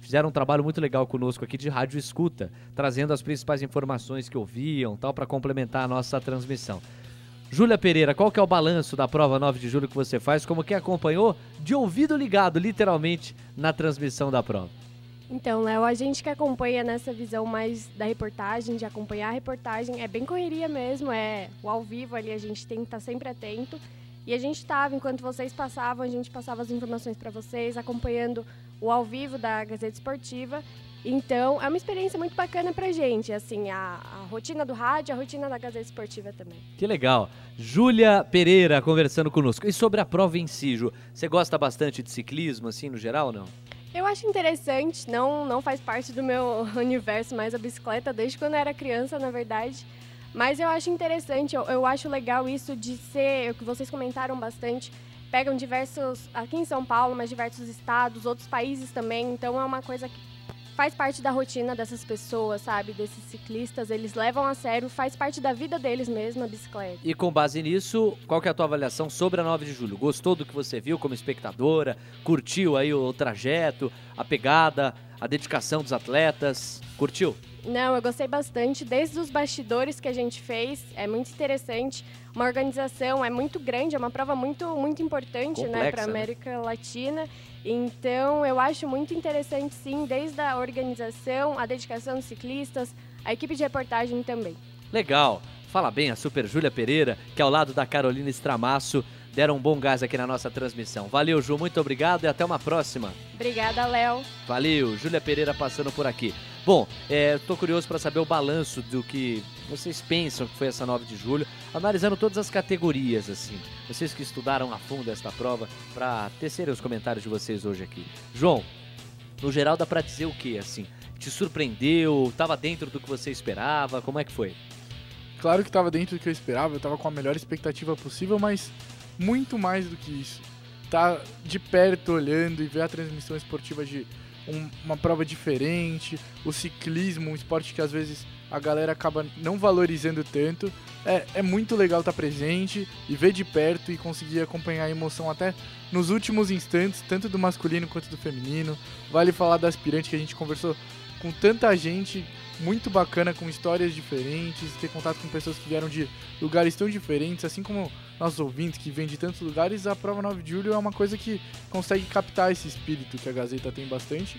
fizeram um trabalho muito legal conosco aqui de rádio escuta, trazendo as principais informações que ouviam, tal, para complementar a nossa transmissão. Júlia Pereira, qual que é o balanço da prova 9 de julho que você faz, como que acompanhou de ouvido ligado, literalmente, na transmissão da prova? Então, Léo, a gente que acompanha nessa visão mais da reportagem, de acompanhar a reportagem, é bem correria mesmo, é o ao vivo ali, a gente tem que estar sempre atento. E a gente estava, enquanto vocês passavam, a gente passava as informações para vocês, acompanhando o ao vivo da Gazeta Esportiva. Então, é uma experiência muito bacana pra gente, assim, a rotina do rádio, a rotina da Gazeta Esportiva também. Que legal. Júlia Pereira conversando conosco. E sobre a prova em si, Ju, você gosta bastante de ciclismo, assim, no geral, ou não? Eu acho interessante, não faz parte do meu universo mais a bicicleta, desde quando eu era criança, na verdade. Mas eu acho interessante, eu acho legal isso de ser, o que vocês comentaram bastante, pegam diversos, aqui em São Paulo, mas diversos estados, outros países também, então é uma coisa que faz parte da rotina dessas pessoas, sabe, desses ciclistas, eles levam a sério, faz parte da vida deles mesmo a bicicleta. E com base nisso, qual que é a tua avaliação sobre a 9 de julho? Gostou do que você viu como espectadora? Curtiu aí o trajeto, a pegada, a dedicação dos atletas? Curtiu? Não, eu gostei bastante, desde os bastidores que a gente fez, é muito interessante, uma organização é muito grande, é uma prova muito importante, complexa, né, para a América Latina, então eu acho muito interessante sim, desde a organização, a dedicação dos ciclistas, a equipe de reportagem também. Legal, fala bem a Super Júlia Pereira, que ao lado da Carolina Stramasso, deram um bom gás aqui na nossa transmissão. Valeu, Ju, muito obrigado e até uma próxima. Obrigada, Léo. Valeu, Júlia Pereira passando por aqui. Bom, tô curioso para saber o balanço do que vocês pensam que foi essa 9 de julho, analisando todas as categorias, assim. Vocês que estudaram a fundo esta prova, para tecerem os comentários de vocês hoje aqui. João, no geral dá para dizer o quê, assim? Te surpreendeu? Tava dentro do que você esperava? Como é que foi? Claro que estava dentro do que eu esperava, eu estava com a melhor expectativa possível, mas muito mais do que isso. Tá de perto olhando e ver a transmissão esportiva de uma prova diferente, o ciclismo, um esporte que às vezes a galera acaba não valorizando tanto. É muito legal estar presente e ver de perto e conseguir acompanhar a emoção até nos últimos instantes, tanto do masculino quanto do feminino. Vale falar da aspirante, que a gente conversou com tanta gente muito bacana, com histórias diferentes, ter contato com pessoas que vieram de lugares tão diferentes, assim como nossos ouvintes que vêm de tantos lugares. A prova 9 de julho é uma coisa que consegue captar esse espírito que a Gazeta tem bastante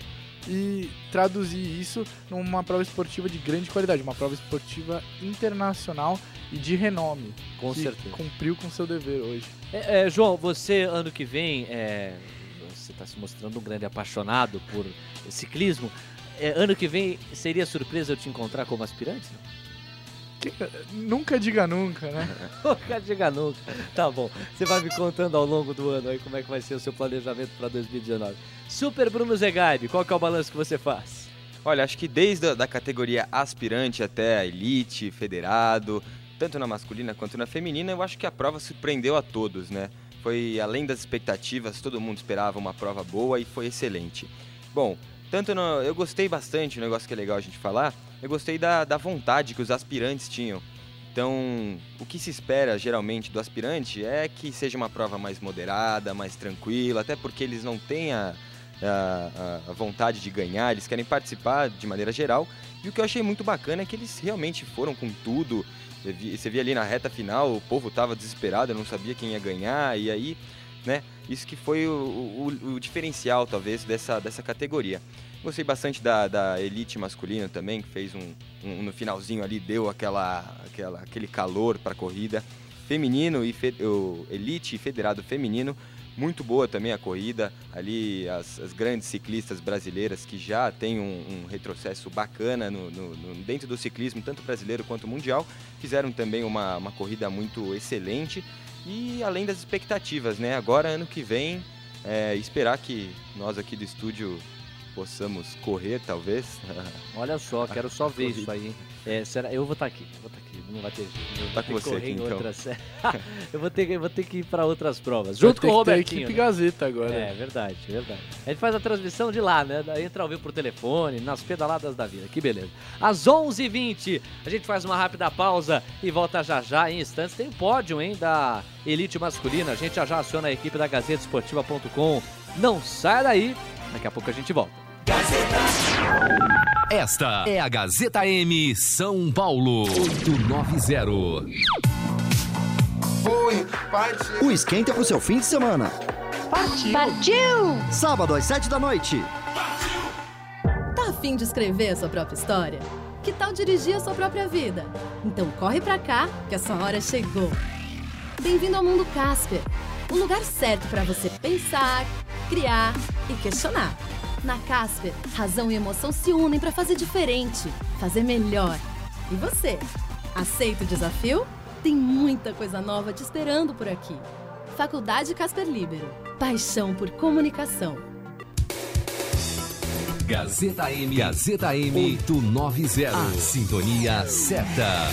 e traduzir isso numa prova esportiva de grande qualidade, uma prova esportiva internacional e de renome. Com certeza. Cumpriu com seu dever hoje. João, você ano que vem, você está se mostrando um grande apaixonado por ciclismo. Ano que vem seria surpresa eu te encontrar como aspirante? Nunca diga nunca, né? Nunca diga nunca. Tá bom. Você vai me contando ao longo do ano aí como é que vai ser o seu planejamento para 2019. Super Bruno Zegaibe, qual que é o balanço que você faz? Olha, acho que desde a categoria aspirante até a elite, federado, tanto na masculina quanto na feminina, eu acho que a prova surpreendeu a todos, né? Foi além das expectativas, todo mundo esperava uma prova boa e foi excelente. Bom, eu gostei bastante, um negócio que é legal a gente falar, eu gostei da vontade que os aspirantes tinham. Então, o que se espera geralmente do aspirante é que seja uma prova mais moderada, mais tranquila, até porque eles não têm a vontade de ganhar, eles querem participar de maneira geral. E o que eu achei muito bacana é que eles realmente foram com tudo. Você via ali na reta final, o povo estava desesperado, não sabia quem ia ganhar, e aí, né, isso que foi o diferencial, talvez, dessa categoria. Gostei bastante da elite masculina também, que fez no finalzinho ali, deu aquele calor para a corrida. Feminino e elite e federado feminino, muito boa também a corrida. Ali as grandes ciclistas brasileiras que já têm um retrocesso bacana dentro do ciclismo, tanto brasileiro quanto mundial, fizeram também uma corrida muito excelente. E além das expectativas, né? Agora, ano que vem, esperar que nós aqui do estúdio possamos correr, talvez. Olha só, quero só ver isso aí. Eu vou estar aqui, não vai ter jeito. Tá com você aqui, então. Eu vou ter que ir para outras provas, junto com o Robertinho. Equipe Gazeta agora. Verdade. A gente faz a transmissão de lá, né? Entra ao vivo por telefone, nas pedaladas da vida, que beleza. Às 11h20, a gente faz uma rápida pausa e volta já em instantes. Tem o pódio, hein, da elite masculina. A gente já aciona a equipe da GazetaEsportiva.com. Não sai daí, daqui a pouco a gente volta. Esta é a Gazeta M São Paulo 890. O esquenta pro seu fim de semana. Partiu! Sábado às 7 da noite. Tá a fim de escrever a sua própria história? Que tal dirigir a sua própria vida? Então corre pra cá, que a sua hora chegou. Bem-vindo ao Mundo Casper, o lugar certo para você pensar, criar e questionar. Na Casper, razão e emoção se unem para fazer diferente, fazer melhor. E você? Aceita o desafio? Tem muita coisa nova te esperando por aqui. Faculdade Casper Libero. Paixão por comunicação. Gazeta M 890. A sintonia certa.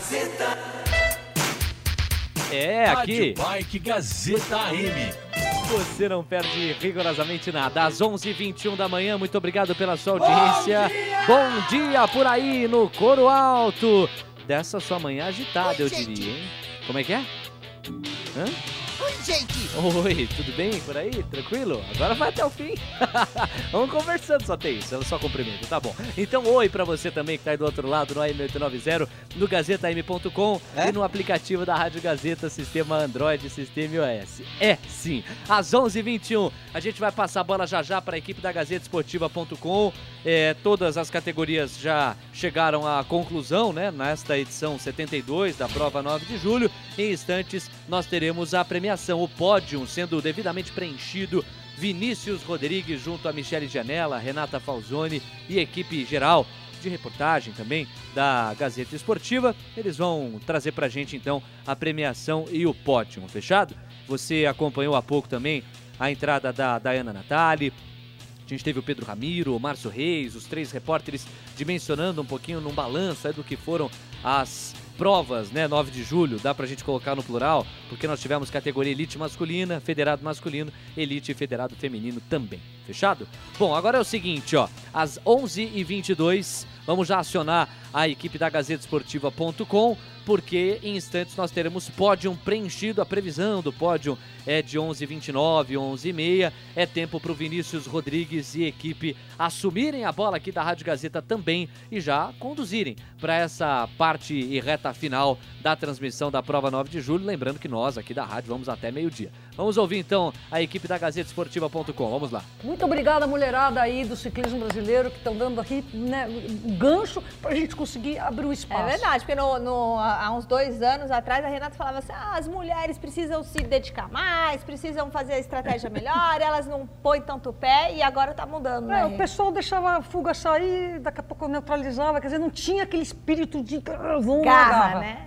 É, aqui. Rádio Bike Gazeta AM. Você não perde rigorosamente nada. Às 11h21 da manhã, muito obrigado pela sua audiência. Bom dia por aí no Coro Alto. Dessa sua manhã agitada, eu diria, hein? Como é que é? Hã? Oi, gente! Oi, tudo bem por aí? Tranquilo? Agora vai até o fim. Vamos conversando, só tem isso, ela só cumprimenta, tá bom. Então, oi pra você também que tá aí do outro lado, no AM890, no GazetaM.com e no aplicativo da Rádio Gazeta, sistema Android, sistema iOS. É, sim. Às 11h21, a gente vai passar a bola já pra equipe da GazetaEsportiva.com. Todas as categorias já chegaram à conclusão, né? Nesta edição 72 da prova 9 de julho. Em instantes, nós teremos a premiação, o pódio sendo devidamente preenchido. Vinícius Rodrigues junto a Michele Gianella, Renata Falzoni e equipe geral de reportagem também da Gazeta Esportiva. Eles vão trazer pra gente então a premiação e o pódio, fechado? Você acompanhou há pouco também a entrada da Dayana Natali. A gente teve o Pedro Ramiro, o Márcio Reis, os 3 repórteres dimensionando um pouquinho num balanço do que foram as provas, né, 9 de julho, dá pra gente colocar no plural, porque nós tivemos categoria elite masculina, federado masculino, elite e federado feminino também, fechado? Bom, agora é o seguinte, ó, às 11h22, vamos já acionar a equipe da GazetaEsportiva.com, porque em instantes nós teremos pódio preenchido, a previsão do pódio é de 11h29, 11h30, é tempo para o Vinícius Rodrigues e equipe assumirem a bola aqui da Rádio Gazeta também e já conduzirem para essa parte e reta final da transmissão da prova 9 de julho, lembrando que nós aqui da rádio vamos até meio-dia. Vamos ouvir então a equipe da GazetaEsportiva.com, vamos lá. Muito obrigada, mulherada aí do ciclismo brasileiro que estão dando aqui, né, um gancho para a gente conseguir abrir o espaço. É verdade, porque há uns 2 anos atrás a Renata falava assim, as mulheres precisam se dedicar mais, precisam fazer a estratégia melhor, elas não põem tanto pé e agora tá mudando, né? O pessoal deixava a fuga sair, daqui a pouco neutralizava, quer dizer, não tinha aquele espírito de garra, né?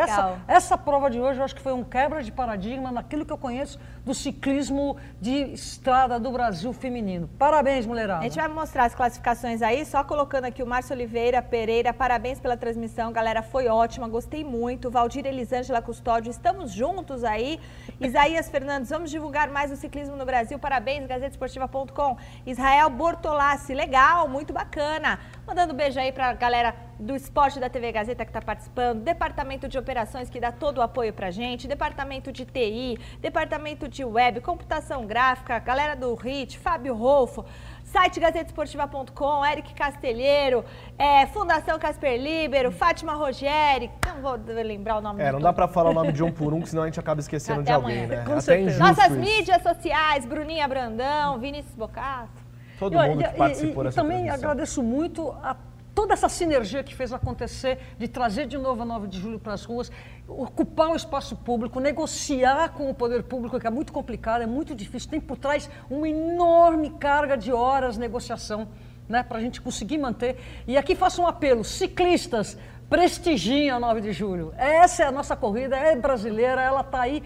Essa prova de hoje eu acho que foi um quebra de paradigma naquilo que eu conheço do ciclismo de estrada do Brasil feminino. Parabéns, mulherada. A gente vai mostrar as classificações aí, só colocando aqui o Márcio Oliveira Pereira, parabéns pela transmissão, galera, foi ótima, gostei muito. Valdir Elisângela Custódio, estamos juntos aí. Isaías Fernandes, vamos divulgar mais o ciclismo no Brasil, parabéns, GazetaEsportiva.com. Israel Bortolassi, legal, muito bacana. Mandando um beijo aí pra galera do esporte da TV Gazeta que está participando, departamento de operações que dá todo o apoio pra gente, departamento de TI, departamento de web, computação gráfica, galera do HIT, Fábio Rolfo, site GazetaEsportiva.com, Eric Castelheiro, Fundação Casper Libero, Fátima Rogeri, não vou lembrar o nome. Não dá pra falar o nome de um por um, que senão a gente acaba esquecendo de alguém, né? Até injusto. Nossas mídias sociais, Bruninha Brandão, Vinícius Bocato. Todo mundo que participou dessa também transmissão. agradeço muito a toda essa sinergia que fez acontecer de trazer de novo a 9 de julho para as ruas, ocupar o espaço público, negociar com o poder público, que é muito complicado, é muito difícil, tem por trás uma enorme carga de horas de negociação, né, para a gente conseguir manter. E aqui faço um apelo, ciclistas, prestigiem a 9 de julho. Essa é a nossa corrida, é brasileira, ela está aí,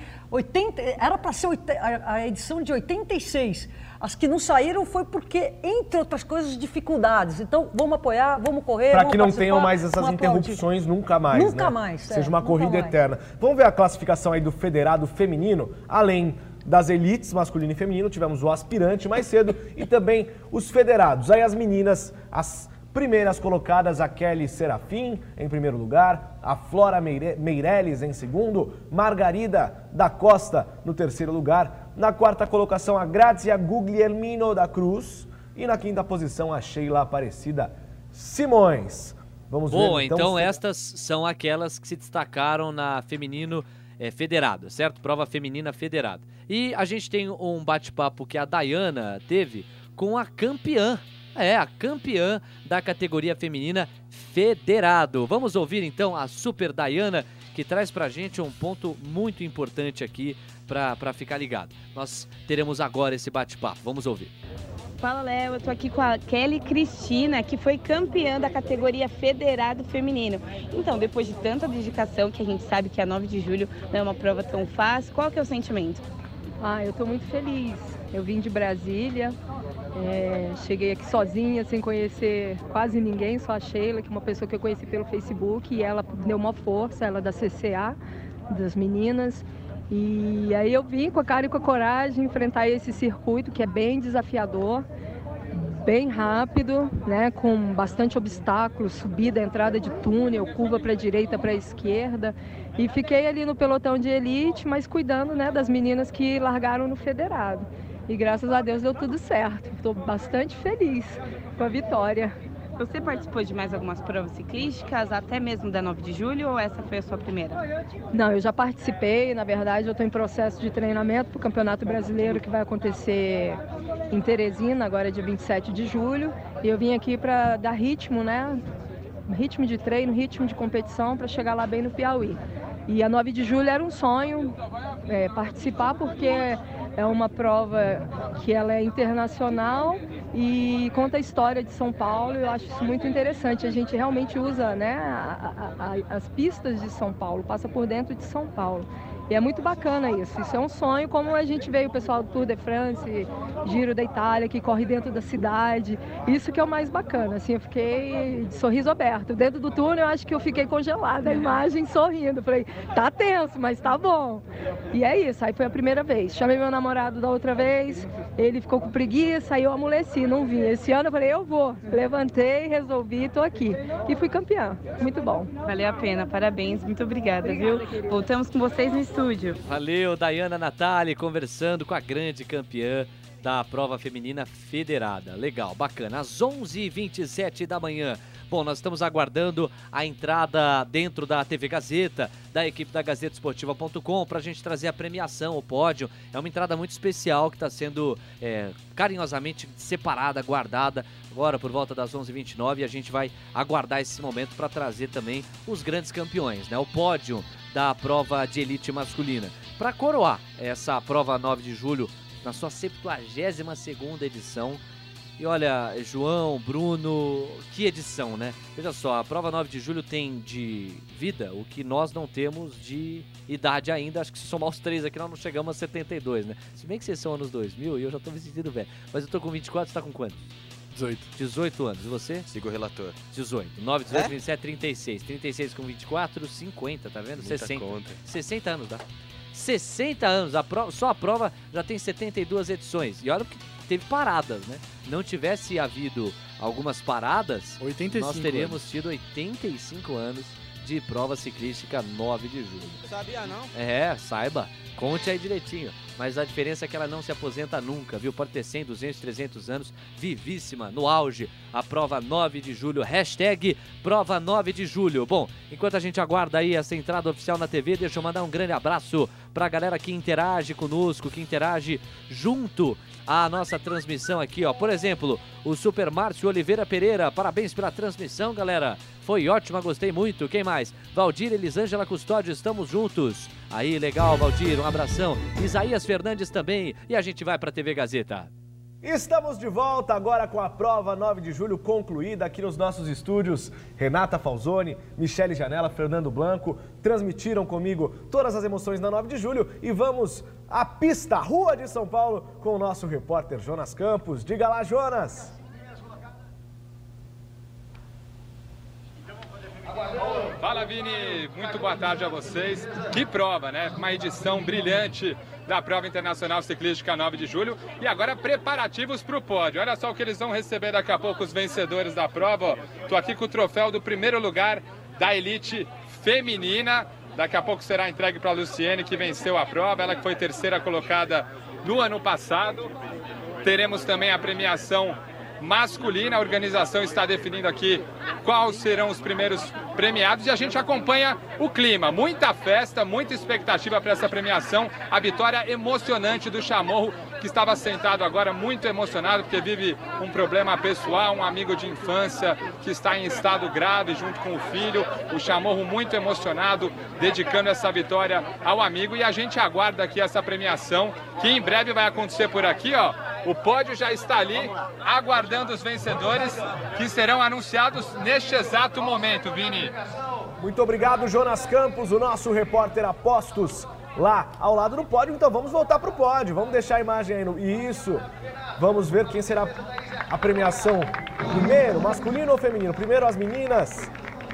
era para ser a edição de 86. As que não saíram foi porque, entre outras coisas, dificuldades. Então, vamos apoiar, vamos correr, para que não tenham mais essas interrupções nunca mais, Nunca né? mais. Seja uma corrida eterna. Vamos ver a classificação aí do federado feminino, além das elites masculino e feminino, tivemos o aspirante mais cedo e também os federados. Aí as meninas, as primeiras colocadas, a Kelly Serafim em primeiro lugar, a Flora Meirelles em segundo, Margarida da Costa no terceiro lugar, na quarta colocação a Grazia Guglielmino da Cruz, E na quinta posição, a Sheila Aparecida Simões. Vamos ver, Boa, então estas são aquelas que se destacaram na feminino federado, certo? Prova feminina federada. E a gente tem um bate-papo que a Dayana teve com a campeã. A campeã da categoria feminina federado. Vamos ouvir então a Super Dayana, que traz pra gente um ponto muito importante aqui pra ficar ligado. Nós teremos agora esse bate-papo. Vamos ouvir. Fala, Léo, eu tô aqui com a Kelly Cristina, que foi campeã da categoria federado feminino. Então, depois de tanta dedicação, que a gente sabe que a 9 de julho não é uma prova tão fácil, qual que é o sentimento? Eu tô muito feliz. Eu vim de Brasília, cheguei aqui sozinha, sem conhecer quase ninguém, só a Sheila, que é uma pessoa que eu conheci pelo Facebook, e ela deu uma força, ela é da CCA, das meninas. E aí eu vim com a cara e com a coragem enfrentar esse circuito que é bem desafiador, bem rápido, né, com bastante obstáculos, subida, entrada de túnel, curva para a direita, para a esquerda. E fiquei ali no pelotão de elite, mas cuidando, né, das meninas que largaram no federado. E graças a Deus deu tudo certo. Estou bastante feliz com a vitória. Você participou de mais algumas provas ciclísticas, até mesmo da 9 de julho, ou essa foi a sua primeira? Não, eu já participei, na verdade eu estou em processo de treinamento para o Campeonato Brasileiro que vai acontecer em Teresina, agora dia 27 de julho. E eu vim aqui para dar ritmo, né? Ritmo de treino, ritmo de competição para chegar lá bem no Piauí. E a 9 de julho era um sonho participar, porque é uma prova que ela é internacional e conta a história de São Paulo. Eu acho isso muito interessante. A gente realmente usa, né, as pistas de São Paulo, passa por dentro de São Paulo. E é muito bacana isso. Isso é um sonho, como a gente vê o pessoal do Tour de France, Giro da Itália, que corre dentro da cidade. Isso que é o mais bacana. Assim, eu fiquei de sorriso aberto. Dentro do túnel, eu acho que eu fiquei congelada, a imagem sorrindo. Falei, tá tenso, mas tá bom. E é isso. Aí foi a primeira vez. Chamei meu namorado da outra vez, ele ficou com preguiça, aí eu amoleci, não vim. Esse ano eu falei, eu vou. Levantei, resolvi, tô aqui. E fui campeã. Muito bom. Valeu a pena, parabéns, muito obrigada, viu? Voltamos com vocês no estúdio. Valeu, Dayana Natali, conversando com a grande campeã da prova feminina federada. Legal, bacana. Às 11h27 da manhã. Bom, nós estamos aguardando a entrada dentro da TV Gazeta, da equipe da GazetaEsportiva.com, para a gente trazer a premiação, o pódio. É uma entrada muito especial que está sendo carinhosamente separada, guardada, agora por volta das 11h29, e a gente vai aguardar esse momento para trazer também os grandes campeões, né? O pódio da prova de elite masculina. Para coroar essa prova 9 de julho, na sua 72ª edição. E olha, João, Bruno, que edição, né? Veja só, a prova 9 de julho tem de vida o que nós não temos de idade ainda. Acho que se somar os três aqui, nós não chegamos a 72, né? Se bem que vocês são anos 2000 e eu já tô me sentindo velho. Mas eu tô com 24, você tá com quanto? 18 anos. E você? Sigo o relator. 18. 9, 18, 27, 36. 36 com 24, 50, tá vendo? Muita 60. conta. 60 anos, tá? 60 anos. Só a prova já tem 72 edições. E olha que teve paradas, né? Não tivesse havido algumas paradas, 85 nós teríamos tido 85 anos de prova ciclística 9 de julho. Sabia não? Saiba. Conte aí direitinho. Mas a diferença é que ela não se aposenta nunca, viu? Pode ter 100, 200, 300 anos. Vivíssima, no auge. A prova 9 de julho. Hashtag prova 9 de julho. Bom, enquanto a gente aguarda aí essa entrada oficial na TV, deixa eu mandar um grande abraço pra galera que interage conosco, que interage junto à nossa transmissão aqui, ó. Por exemplo, o Super Márcio Oliveira Pereira. Parabéns pela transmissão, galera. Foi ótima, gostei muito. Quem mais? Valdir Elisângela Custódio, estamos juntos. Aí, legal, Valdir, um abração. Isaías Fernandes também. E a gente vai para a TV Gazeta. Estamos de volta agora com a prova 9 de julho concluída aqui nos nossos estúdios. Renata Falzoni, Michele Janela, Fernando Blanco transmitiram comigo todas as emoções da 9 de julho e vamos à pista, Rua de São Paulo, com o nosso repórter Jonas Campos. Diga lá, Jonas! Fala, Vini, muito boa tarde a vocês. Que prova, né? Uma edição brilhante da prova internacional ciclística 9 de julho. E agora preparativos para o pódio. Olha só o que eles vão receber daqui a pouco, os vencedores da prova. Estou aqui com o troféu do primeiro lugar da elite feminina. Daqui a pouco será entregue para a Luciene, que venceu a prova. Ela que foi terceira colocada no ano passado. Teremos também a premiação masculina. A organização está definindo aqui quais serão os primeiros premiados e a gente acompanha o clima. Muita festa, muita expectativa para essa premiação. A vitória emocionante do Chamorro, que estava sentado agora muito emocionado porque vive um problema pessoal, um amigo de infância que está em estado grave junto com o filho. O Chamorro muito emocionado, dedicando essa vitória ao amigo, e a gente aguarda aqui essa premiação que em breve vai acontecer por aqui, ó. O pódio já está ali, aguardando os vencedores que serão anunciados neste exato momento, Vini. Muito obrigado, Jonas Campos, o nosso repórter Apostos, lá ao lado do pódio. Então vamos voltar para o pódio, vamos deixar a imagem aí no... Isso, vamos ver quem será a premiação primeiro, masculino ou feminino? Primeiro as meninas.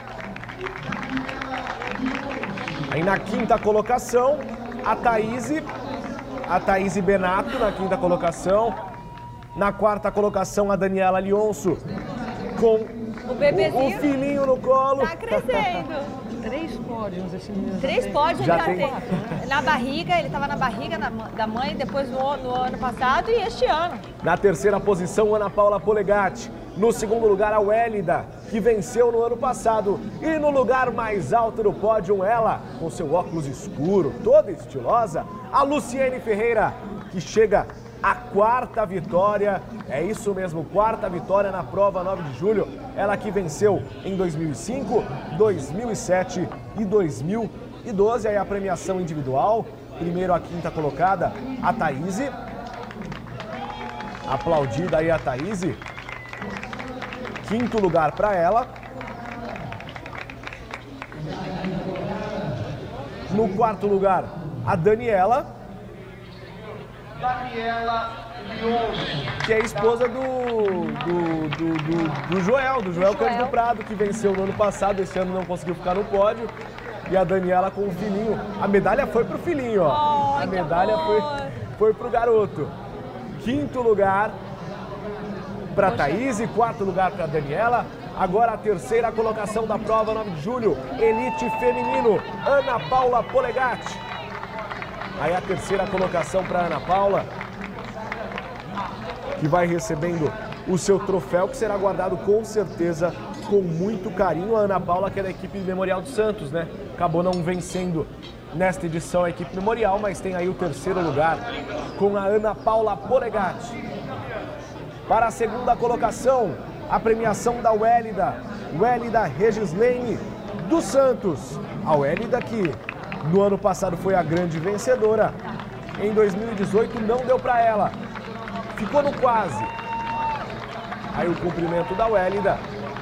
Aí na quinta colocação, a Thaís Benato na quinta colocação. Na quarta colocação, a Daniela Lionso com o filhinho no colo. Tá crescendo. 3 pódios esse menino. 3 pódios já já tem. Na barriga, ele estava na barriga da mãe, depois no ano passado e este ano. Na terceira posição, Ana Paula Polegatti. No segundo lugar, a Wélida, que venceu no ano passado. E no lugar mais alto do pódio, ela, com seu óculos escuro, toda estilosa, a Luciene Ferreira, que chega à 4ª vitória. É isso mesmo, 4ª vitória na prova 9 de julho. Ela que venceu em 2005, 2007 e 2012. Aí a premiação individual. Primeiro a quinta colocada, a Thaís. Aplaudida aí a Thaís. Quinto lugar para ela. No quarto lugar, a Daniela Lionso, que é a esposa do Joel Cândido Prado, que venceu no ano passado. Esse ano não conseguiu ficar no pódio. E a Daniela com o filhinho. A medalha foi pro filhinho, ó. A medalha foi pro garoto. Quinto lugar para Thaís, quarto lugar para Daniela. Agora a terceira colocação da prova 9 de julho, elite feminino, Ana Paula Polegatti. Aí a terceira colocação para Ana Paula, que vai recebendo o seu troféu, que será guardado com certeza com muito carinho. A Ana Paula, que é da equipe Memorial dos Santos, né? Acabou não vencendo nesta edição a equipe Memorial, mas tem aí o terceiro lugar com a Ana Paula Polegatti. Para a segunda colocação, a premiação da Wélida Regislene dos Santos. A Wélida que no ano passado foi a grande vencedora. Em 2018 não deu para ela. Ficou no quase. Aí o cumprimento da Wélida.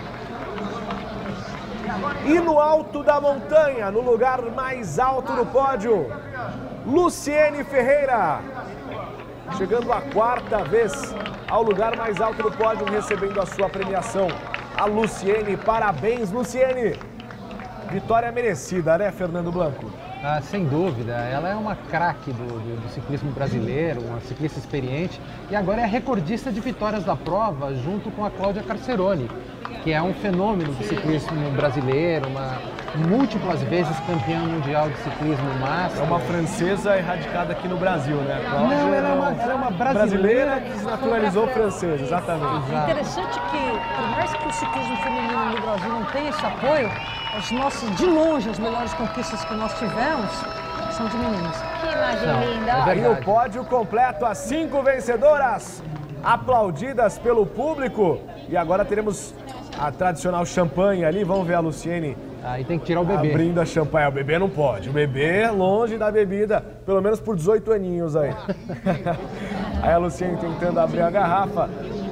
E no alto da montanha, no lugar mais alto do pódio, Luciene Ferreira. Chegando a 4ª vez ao lugar mais alto do pódio, recebendo a sua premiação. A Luciene, parabéns, Luciene. Vitória merecida, né, Fernando Blanco? Ah, sem dúvida, ela é uma craque do ciclismo brasileiro, uma ciclista experiente, e agora é recordista de vitórias da prova, junto com a Cláudia Carcerone, que é um fenômeno do ciclismo brasileiro, múltiplas vezes campeã mundial de ciclismo master. É uma francesa erradicada aqui no Brasil, né? Não, ela é uma brasileira que se naturalizou francesa, exatamente. É interessante que, por mais que o ciclismo feminino no Brasil não tenha esse apoio, de longe, as melhores conquistas que nós tivemos são de meninas. Que imagem linda. E o pódio completo, as 5 vencedoras aplaudidas pelo público. E agora teremos a tradicional champanhe ali. Vamos ver a Luciene. Aí tem que tirar o bebê. Abrindo a champanhe. O bebê não pode. O bebê é longe da bebida, pelo menos por 18 aninhos aí. Aí a Luciene tentando abrir a garrafa.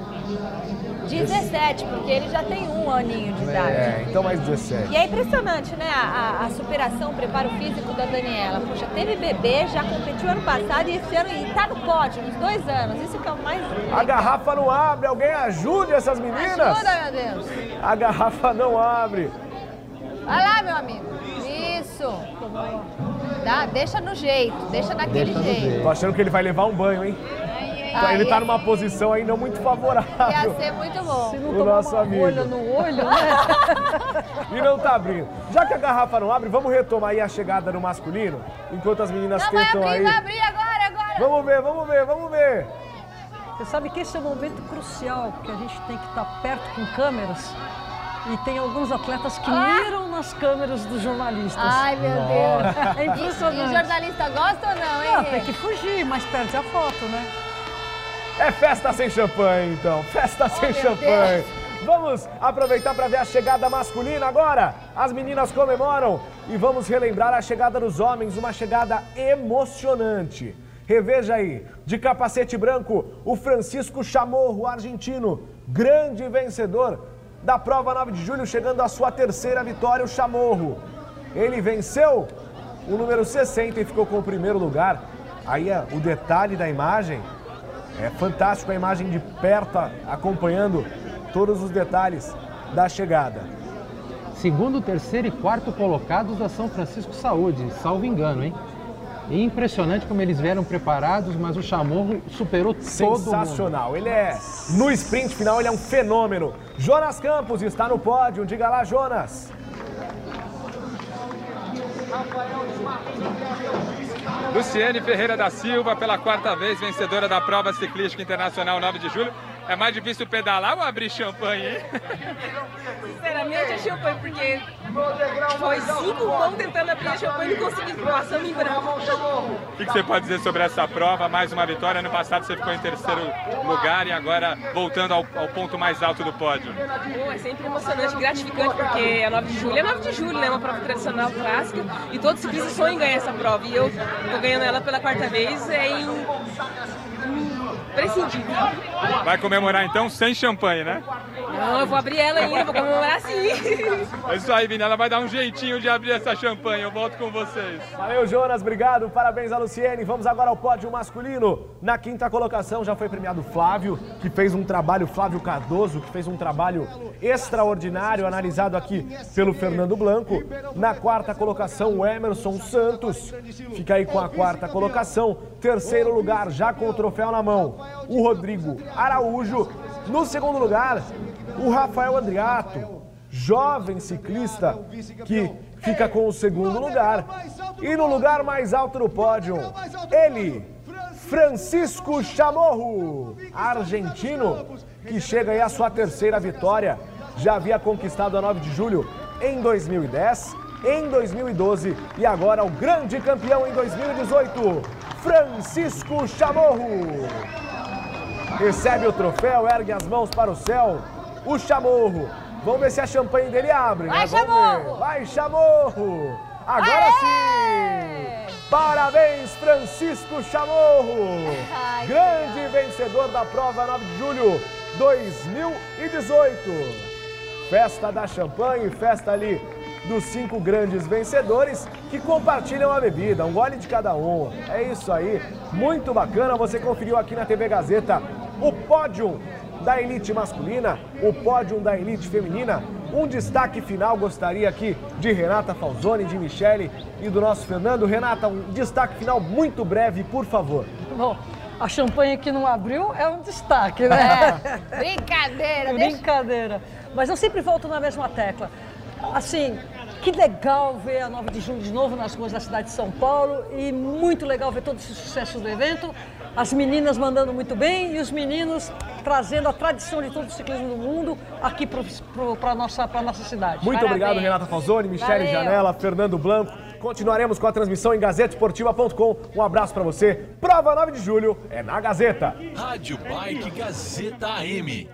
17, porque ele já tem 1 aninho de idade. Então mais 17. E é impressionante, né, a superação, o preparo físico da Daniela. Poxa, teve bebê, já competiu ano passado e esse ano e tá no pódio, nos 2 anos. Isso que é o mais... A garrafa não abre, alguém ajude essas meninas. Ajuda, meu Deus. A garrafa não abre. Vai lá, meu amigo. Isso. Deixa no jeito, deixa naquele jeito. Tô achando que ele vai levar um banho, hein? Ele tá numa posição aí não muito favorável. Ia ser muito bom. Se não o tomar nosso uma amigo. bolha no olho, né? E não tá abrindo. Já que a garrafa não abre, vamos retomar aí a chegada no masculino, enquanto as meninas tentam aí. Vai abrir agora. Vamos ver. Você sabe que esse é um momento crucial, porque a gente tem que estar perto com câmeras e tem alguns atletas que miram nas câmeras dos jornalistas. Ai, meu Deus. É impressionante. E o jornalista gosta ou não, hein? Não, tem que fugir, mas perde a foto, né? É festa sem champanhe, então. Festa sem champanhe. Vamos aproveitar para ver a chegada masculina agora. As meninas comemoram e vamos relembrar a chegada dos homens, uma chegada emocionante. Reveja aí, de capacete branco, o Francisco Chamorro, argentino, grande vencedor da prova 9 de julho, chegando à sua terceira vitória, o Chamorro. Ele venceu o número 60 e ficou com o primeiro lugar. Aí o detalhe da imagem, é fantástico a imagem de perto, acompanhando todos os detalhes da chegada. Segundo, terceiro e quarto colocados da São Francisco Saúde, salvo engano, hein? E impressionante como eles vieram preparados, mas o Chamorro superou todo mundo. Sensacional, ele é, no sprint final, ele é um fenômeno. Jonas Campos está no pódio, diga lá, Jonas. Luciene Ferreira da Silva, pela quarta vez, vencedora da prova ciclística internacional 9 de julho. É mais difícil pedalar ou abrir champanhe, hein? Sinceramente, é champanhe, porque foi 5 mãos tentando abrir a champanhe e não consegui, passando em branco. O que você pode dizer sobre essa prova? Mais uma vitória. Ano passado você ficou em terceiro lugar e agora voltando ao ponto mais alto do pódio. Pô, é sempre emocionante e gratificante, porque a 9 de julho é 9 de julho, né? Uma prova tradicional, clássica, e todos os ciclistas sonham em ganhar essa prova. E eu tô ganhando ela pela quarta vez, é imprescindível. Vai comemorar então sem champanhe, né? Não, eu vou abrir ela ainda, vou comemorar sim. É isso aí, Vini, ela vai dar um jeitinho de abrir essa champanhe. Eu volto com vocês. Valeu, Jonas, obrigado. Parabéns a Luciene. Vamos agora ao pódio masculino. Na quinta colocação já foi premiado Flávio, que fez um trabalho, Flávio Cardoso, que fez um trabalho extraordinário, analisado aqui pelo Fernando Blanco. Na quarta colocação, o Emerson Santos. Fica aí com a quarta colocação. Terceiro lugar, já com o troféu na mão, o Rodrigo Araújo. No segundo lugar, o Rafael Andriato, jovem ciclista, que fica com o segundo lugar. E no lugar mais alto do pódio, ele, Francisco Chamorro, argentino, que chega aí à sua terceira vitória. Já havia conquistado a 9 de julho em 2010, em 2012 e agora o grande campeão em 2018, Francisco Chamorro. Recebe o troféu, ergue as mãos para o céu, o Chamorro. Vamos ver se a champanhe dele abre, Vai, né? Chamorro! Vai, Chamorro! Agora sim! Parabéns, Francisco Chamorro! Ai, grande vencedor da prova 9 de julho 2018. Festa da champanhe, festa ali dos 5 grandes vencedores que compartilham a bebida, um gole de cada um. É isso aí, muito bacana. Você conferiu aqui na TV Gazeta o pódio da elite masculina, o pódio da elite feminina. Um destaque final gostaria aqui de Renata Falzoni, de Michele e do nosso Fernando. Renata, um destaque final muito breve, por favor. Bom, a champanhe que não abriu é um destaque, né? É, brincadeira, Brincadeira. Mas eu sempre volto na mesma tecla. Assim, que legal ver a 9 de julho de novo nas ruas da cidade de São Paulo e muito legal ver todo esse sucesso do evento. As meninas mandando muito bem e os meninos trazendo a tradição de todo o ciclismo do mundo aqui para a nossa cidade. Muito obrigado, Renata Falzoni, Michele Janela, Fernando Blanco. Continuaremos com a transmissão em gazetesportiva.com. Um abraço para você. Prova 9 de julho é na Gazeta. Rádio Bike Gazeta AM.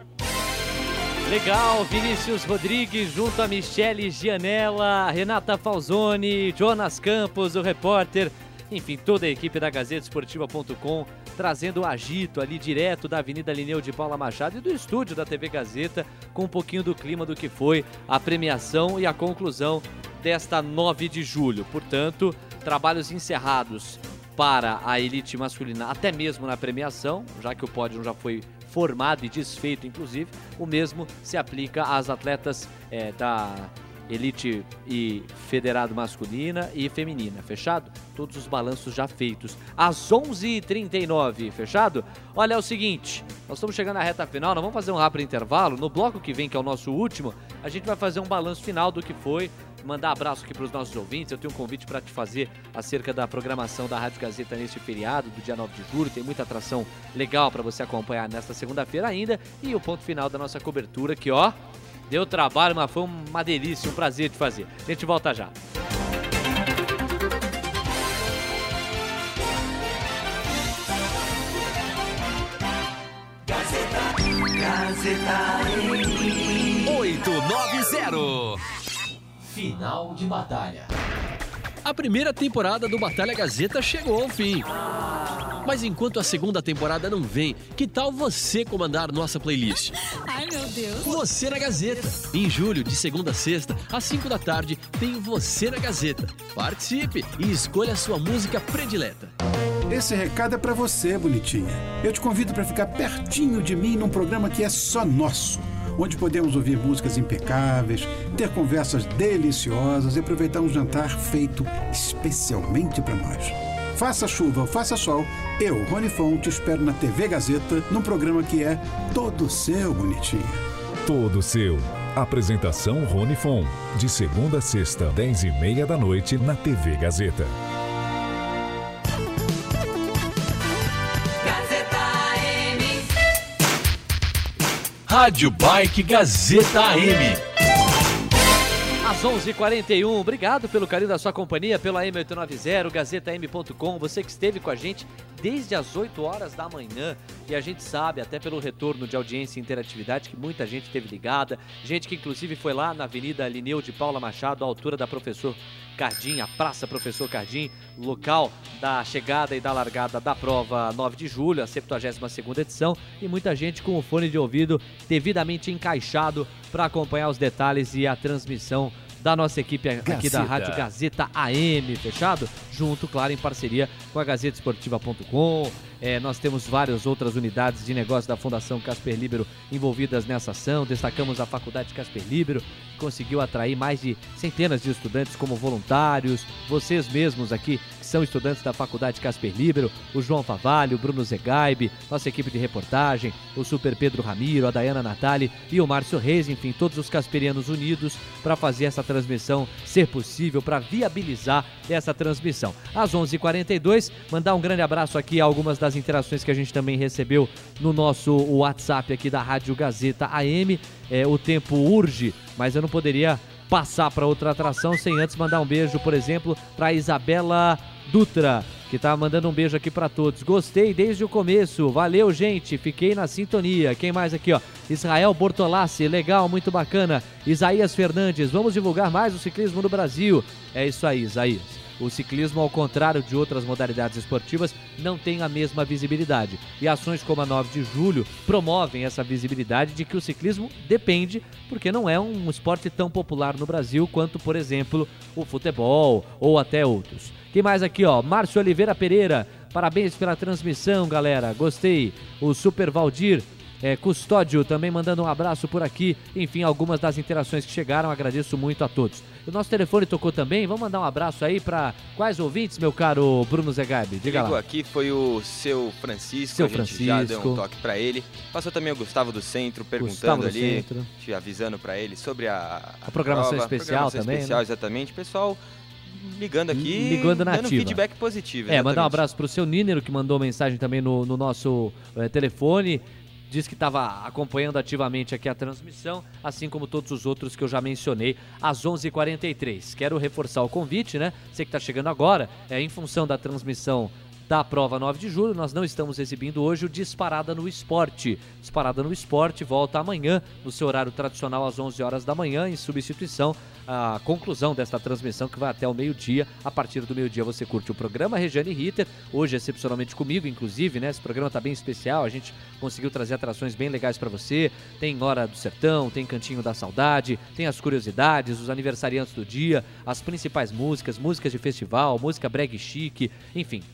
Legal, Vinícius Rodrigues junto a Michele Gianella, Renata Falzoni, Jonas Campos, o repórter, enfim, toda a equipe da gazetesportiva.com trazendo o agito ali direto da Avenida Linneu de Paula Machado e do estúdio da TV Gazeta com um pouquinho do clima do que foi a premiação e a conclusão desta 9 de julho. Portanto, trabalhos encerrados para a elite masculina, até mesmo na premiação, já que o pódio já foi formado e desfeito, inclusive. O mesmo se aplica às atletas da elite e federado masculina e feminina, fechado? Todos os balanços já feitos. Às 11h39, fechado? Olha, é o seguinte, nós estamos chegando à reta final, nós vamos fazer um rápido intervalo. No bloco que vem, que é o nosso último, a gente vai fazer um balanço final do que foi mandar abraço aqui para os nossos ouvintes. Eu tenho um convite para te fazer acerca da programação da Rádio Gazeta neste feriado do dia 9 de julho. Tem muita atração legal para você acompanhar nesta segunda-feira ainda. E o ponto final da nossa cobertura que, ó, deu trabalho, mas foi uma delícia, um prazer de fazer. A gente volta já. Gazeta 890. Final de batalha. A primeira temporada do Batalha Gazeta chegou ao fim. Mas enquanto a segunda temporada não vem, que tal você comandar nossa playlist? Ai, meu Deus. Você na Gazeta. Em julho, de segunda a sexta, às 5 da tarde, tem Você na Gazeta. Participe e escolha a sua música predileta. Esse recado é pra você, bonitinha. Eu te convido para ficar pertinho de mim num programa que é só nosso, onde podemos ouvir músicas impecáveis, ter conversas deliciosas e aproveitar um jantar feito especialmente para nós. Faça chuva ou faça sol, eu, Rony Fon, te espero na TV Gazeta, num programa que é todo seu, bonitinha. Todo seu. Apresentação Rony Fon, de segunda a sexta, 10h30 da noite, na TV Gazeta. Rádio Bike Gazeta AM. Às 11h41, obrigado pelo carinho da sua companhia, pelo AM890, GazetaM.com, você que esteve com a gente desde as 8 horas da manhã, e a gente sabe, até pelo retorno de audiência e interatividade, que muita gente esteve ligada, gente que inclusive foi lá na Avenida Linneu de Paula Machado, à altura da Professor Cardim, a Praça Professor Cardim, local da chegada e da largada da prova 9 de julho, a 72ª edição, e muita gente com o fone de ouvido devidamente encaixado para acompanhar os detalhes e a transmissão da nossa equipe aqui da Rádio Gazeta AM, fechado? Junto, claro, em parceria com a GazetaEsportiva.com. Nós temos várias outras unidades de negócio da Fundação Casper Libero envolvidas nessa ação. Destacamos a Faculdade Casper Libero, que conseguiu atrair mais de centenas de estudantes como voluntários. Vocês mesmos aqui, que são estudantes da Faculdade Casper Libero, o João Favalli, o Bruno Zegaibe, nossa equipe de reportagem, o Super Pedro Ramiro, a Dayana Natali e o Márcio Reis, enfim, todos os casperianos unidos para fazer essa transmissão ser possível, para viabilizar essa transmissão. Às 11h42, mandar um grande abraço aqui a algumas das interações que a gente também recebeu no nosso WhatsApp aqui da Rádio Gazeta AM. O tempo urge, mas eu não poderia passar para outra atração sem antes mandar um beijo, por exemplo, para Isabela Dutra, que tá mandando um beijo aqui para todos. Gostei desde o começo, valeu, gente, fiquei na sintonia. Quem mais aqui, ó? Israel Bortolassi, legal, muito bacana. Isaías Fernandes, vamos divulgar mais o ciclismo no Brasil. É isso aí, Isaías. O ciclismo, ao contrário de outras modalidades esportivas, não tem a mesma visibilidade. E ações como a 9 de julho promovem essa visibilidade de que o ciclismo depende, porque não é um esporte tão popular no Brasil quanto, por exemplo, o futebol ou até outros. Quem mais aqui, ó? Márcio Oliveira Pereira, parabéns pela transmissão, galera, gostei. O Super Valdir Custódio também mandando um abraço por aqui. Enfim, algumas das interações que chegaram, agradeço muito a todos. O nosso telefone tocou também, vamos mandar um abraço aí para quais ouvintes, meu caro Bruno Zegaibe? Diga lá. Aqui foi o seu Francisco, a gente já deu um toque para ele. Passou também o Gustavo do Centro, perguntando ali, te avisando para ele sobre a programação prova, especial também, especial, né? Exatamente. Pessoal ligando aqui, ligando na dando ativa. Feedback positivo. Exatamente. Mandar um abraço pro seu Nínero, que mandou mensagem também no nosso telefone. Diz que estava acompanhando ativamente aqui a transmissão, assim como todos os outros que eu já mencionei, às 11h43. Quero reforçar o convite, né? Você que está chegando agora, em função da transmissão da prova 9 de julho, nós não estamos exibindo hoje o Disparada no Esporte. Disparada no Esporte volta amanhã, no seu horário tradicional, às 11 horas da manhã, em substituição à conclusão desta transmissão, que vai até o meio-dia. A partir do meio-dia você curte o programa Regiane Ritter, hoje excepcionalmente comigo, inclusive, né? Esse programa tá bem especial, a gente conseguiu trazer atrações bem legais para você. Tem Hora do Sertão, tem Cantinho da Saudade, tem as curiosidades, os aniversariantes do dia, as principais músicas de festival, música brega chique, enfim, vale a pena você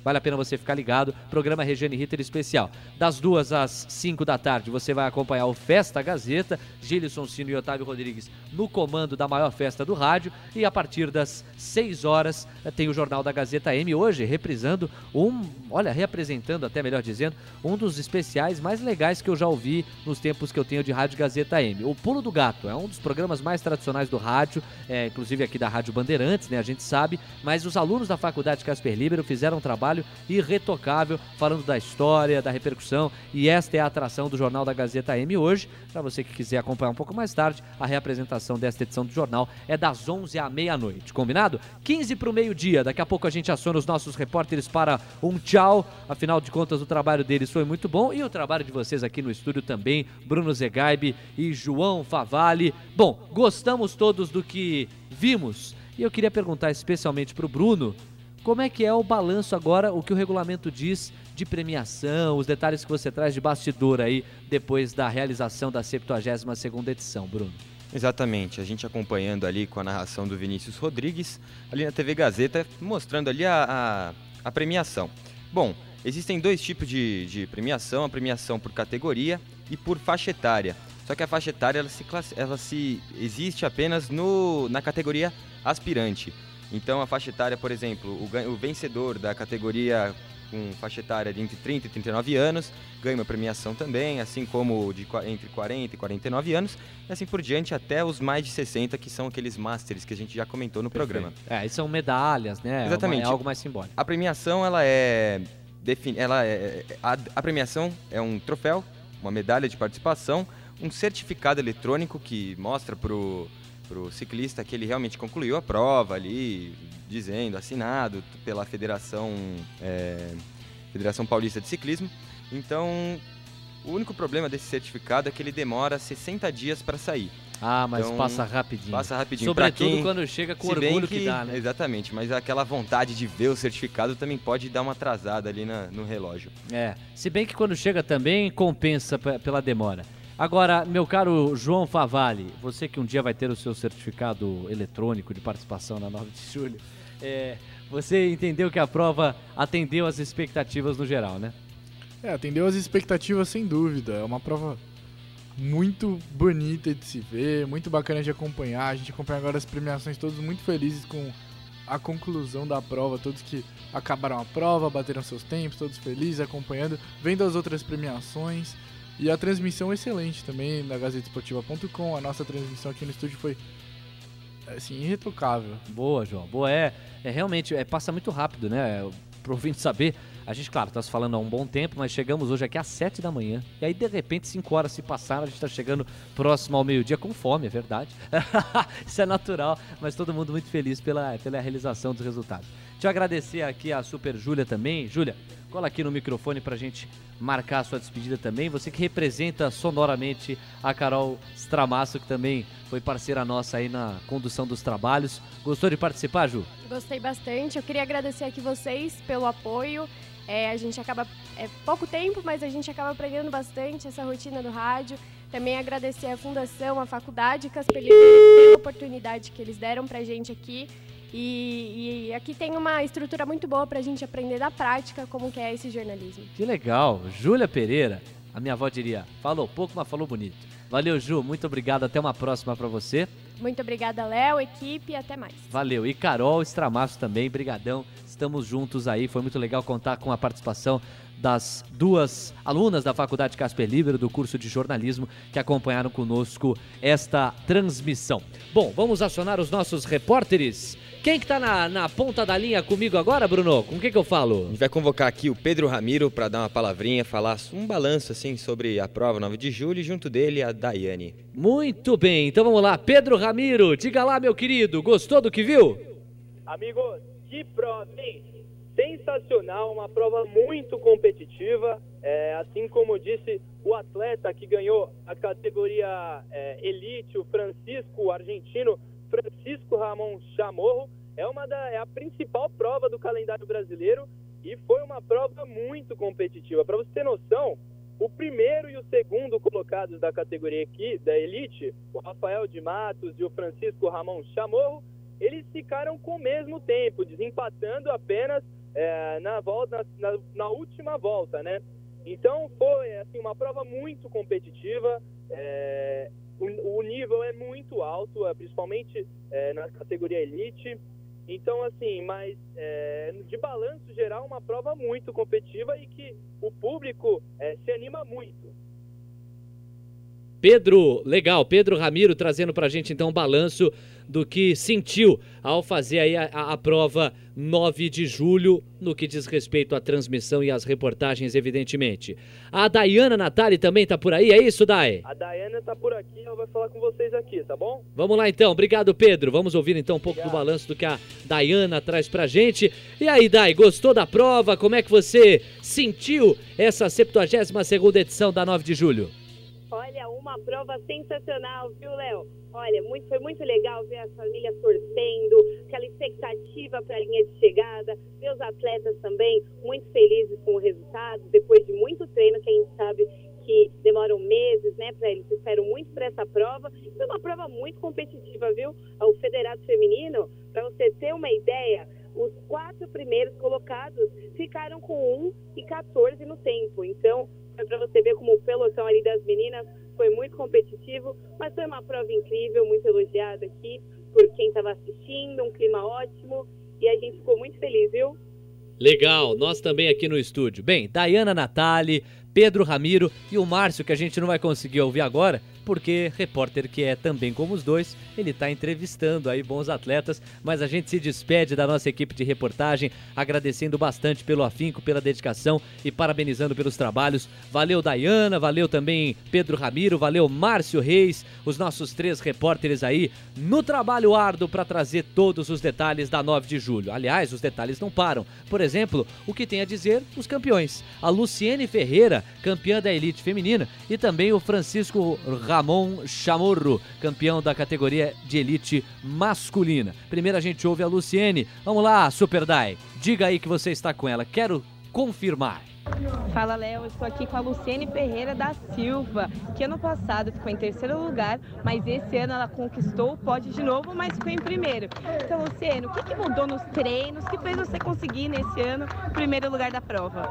você ficar ligado, programa Regiane Ritter especial. Das 2 às 5 da tarde você vai acompanhar o Festa Gazeta, Gilson Sino e Otávio Rodrigues no comando da maior festa do rádio, e a partir das 6 horas tem o Jornal da Gazeta M, hoje reapresentando até melhor dizendo, um dos especiais mais legais que eu já ouvi nos tempos que eu tenho de Rádio Gazeta M. O Pulo do Gato é um dos programas mais tradicionais do rádio, inclusive aqui da Rádio Bandeirantes, né, a gente sabe, mas os alunos da Faculdade Casper Libero fizeram um trabalho irretocável, falando da história, da repercussão, e esta é a atração do Jornal da Gazeta M hoje. Para você que quiser acompanhar um pouco mais tarde, a reapresentação desta edição do jornal é das 11 à meia-noite, combinado? 15 para o meio-dia, daqui a pouco a gente aciona os nossos repórteres para um tchau, afinal de contas o trabalho deles foi muito bom, e o trabalho de vocês aqui no estúdio também, Bruno Zegaibe e João Favalli. Bom, gostamos todos do que vimos, e eu queria perguntar especialmente para o Bruno, como é que é o balanço agora, o que o regulamento diz de premiação, os detalhes que você traz de bastidor aí, depois da realização da 72ª edição, Bruno? Exatamente, a gente acompanhando ali com a narração do Vinícius Rodrigues, ali na TV Gazeta, mostrando ali a premiação. Bom, existem dois tipos de premiação, a premiação por categoria e por faixa etária. Só que a faixa etária existe apenas na categoria aspirante. Então a faixa etária, por exemplo, o vencedor da categoria com faixa etária de entre 30 e 39 anos ganha uma premiação também, assim como entre 40 e 49 anos, e assim por diante até os mais de 60, que são aqueles Masters que a gente já comentou no programa. E são medalhas, né? Exatamente. É algo mais simbólico. A premiação, a premiação é um troféu, uma medalha de participação, um certificado eletrônico que mostra pro ciclista que ele realmente concluiu a prova ali, dizendo, assinado pela Federação Paulista de Ciclismo. Então, o único problema desse certificado é que ele demora 60 dias para sair. Mas então, passa rapidinho. Passa rapidinho. Sobretudo quando chega com o orgulho que dá, né? Exatamente, mas aquela vontade de ver o certificado também pode dar uma atrasada ali no relógio. Se bem que quando chega também compensa pela demora. Agora, meu caro João Favalli, você que um dia vai ter o seu certificado eletrônico de participação na 9 de julho, você entendeu que a prova atendeu às expectativas no geral, né? Atendeu às expectativas sem dúvida. É uma prova muito bonita de se ver, muito bacana de acompanhar. A gente acompanha agora as premiações, todos muito felizes com a conclusão da prova, todos que acabaram a prova, bateram seus tempos, todos felizes, acompanhando, vendo as outras premiações. E a transmissão excelente também na GazetaEsportiva.com. A nossa transmissão aqui no estúdio foi, assim, irretocável. Boa, João. Boa. Realmente, passa muito rápido, né? Pro ouvinte saber, a gente, claro, tá se falando há um bom tempo, mas chegamos hoje aqui às 7 da manhã. E aí, de repente, 5 horas se passaram, a gente tá chegando próximo ao meio-dia com fome, é verdade. Isso é natural, mas todo mundo muito feliz pela realização dos resultados. Deixa eu agradecer aqui a Super Júlia também. Júlia, cola aqui no microfone pra gente marcar a sua despedida também. Você que representa sonoramente a Carol Stramasso, que também foi parceira nossa aí na condução dos trabalhos. Gostou de participar, Ju? Gostei bastante. Eu queria agradecer aqui vocês pelo apoio. A gente acaba... pouco tempo, mas a gente acaba aprendendo bastante essa rotina do rádio. Também agradecer a Fundação, a Faculdade Casper Libero pela oportunidade que eles deram pra gente aqui. E aqui tem uma estrutura muito boa pra gente aprender da prática como que é esse jornalismo. Que legal. Júlia Pereira, a minha avó diria, falou pouco, mas falou bonito. Valeu, Ju, muito obrigado, até uma próxima pra você. Muito obrigada, Léo, equipe, até mais. Valeu, e Carol Stramasso também, brigadão, estamos juntos aí, foi muito legal contar com a participação das duas alunas da Faculdade Casper Libero do curso de jornalismo que acompanharam conosco esta transmissão. Bom, vamos acionar os nossos repórteres. Quem que tá na ponta da linha comigo agora, Bruno? Com o que eu falo? A gente vai convocar aqui o Pedro Ramiro para dar uma palavrinha, falar um balanço assim sobre a prova 9 de julho e junto dele a Daiane. Muito bem, então vamos lá. Pedro Ramiro, diga lá, meu querido, gostou do que viu? Amigos, que prova, hein? Sensacional, uma prova muito competitiva, assim como disse o atleta que ganhou a categoria Elite, o argentino Francisco Ramon Chamorro, é a principal prova do calendário brasileiro e foi uma prova muito competitiva. Para você ter noção, o primeiro e o segundo colocados da categoria aqui, da Elite, o Rafael de Matos e o Francisco Ramon Chamorro, eles ficaram com o mesmo tempo, desempatando apenas na última volta, né? Então foi assim, uma prova muito competitiva, o nível é muito alto, principalmente na categoria Elite. Então, assim, mas de balanço geral, uma prova muito competitiva e que o público se anima muito. Pedro, legal, Pedro Ramiro trazendo pra gente então um balanço do que sentiu ao fazer aí a prova 9 de julho, no que diz respeito à transmissão e às reportagens, evidentemente. A Dayana Natali também tá por aí, é isso, Day? A Dayana tá por aqui, ela vai falar com vocês aqui, tá bom? Vamos lá então, obrigado Pedro, vamos ouvir então um pouco do balanço do que a Dayana traz pra gente. E aí, Day, gostou da prova? Como é que você sentiu essa 72ª edição da 9 de julho? Olha, uma prova sensacional, viu, Léo? Olha, foi muito legal ver as famílias torcendo, aquela expectativa para a linha de chegada, ver os atletas também muito felizes com o resultado, depois de muito treino, que a gente sabe que demoram meses, né, para eles esperam muito para essa prova. Foi uma prova muito competitiva, viu? O Federado Feminino, para você ter uma ideia, os 4 primeiros colocados ficaram com 1 e 14 no tempo, então para você ver como o pelotão ali das meninas foi muito competitivo, mas foi uma prova incrível, muito elogiada aqui por quem estava assistindo, um clima ótimo e a gente ficou muito feliz, viu? Legal, nós também aqui no estúdio. Bem, Dayana Natali, Pedro Ramiro e o Márcio, que a gente não vai conseguir ouvir agora, porque repórter que é também como os dois, ele está entrevistando aí bons atletas, mas a gente se despede da nossa equipe de reportagem, agradecendo bastante pelo afinco, pela dedicação e parabenizando pelos trabalhos. Valeu, Dayana, valeu também Pedro Ramiro, valeu Márcio Reis, os nossos 3 repórteres aí no trabalho árduo para trazer todos os detalhes da 9 de julho. Aliás, os detalhes não param. Por exemplo, o que tem a dizer os campeões. A Luciene Ferreira, campeã da Elite Feminina, e também o Francisco Ramon Chamorro, campeão da categoria de Elite Masculina. Primeiro a gente ouve a Luciene. Vamos lá, Super Day. Diga aí que você está com ela. Quero confirmar. Fala, Léo, eu estou aqui com a Luciene Ferreira da Silva, que ano passado ficou em 3º lugar, mas esse ano ela conquistou o pódio de novo, mas ficou em primeiro. Então, Luciene, o que mudou nos treinos, que fez você conseguir nesse ano o 1º lugar da prova?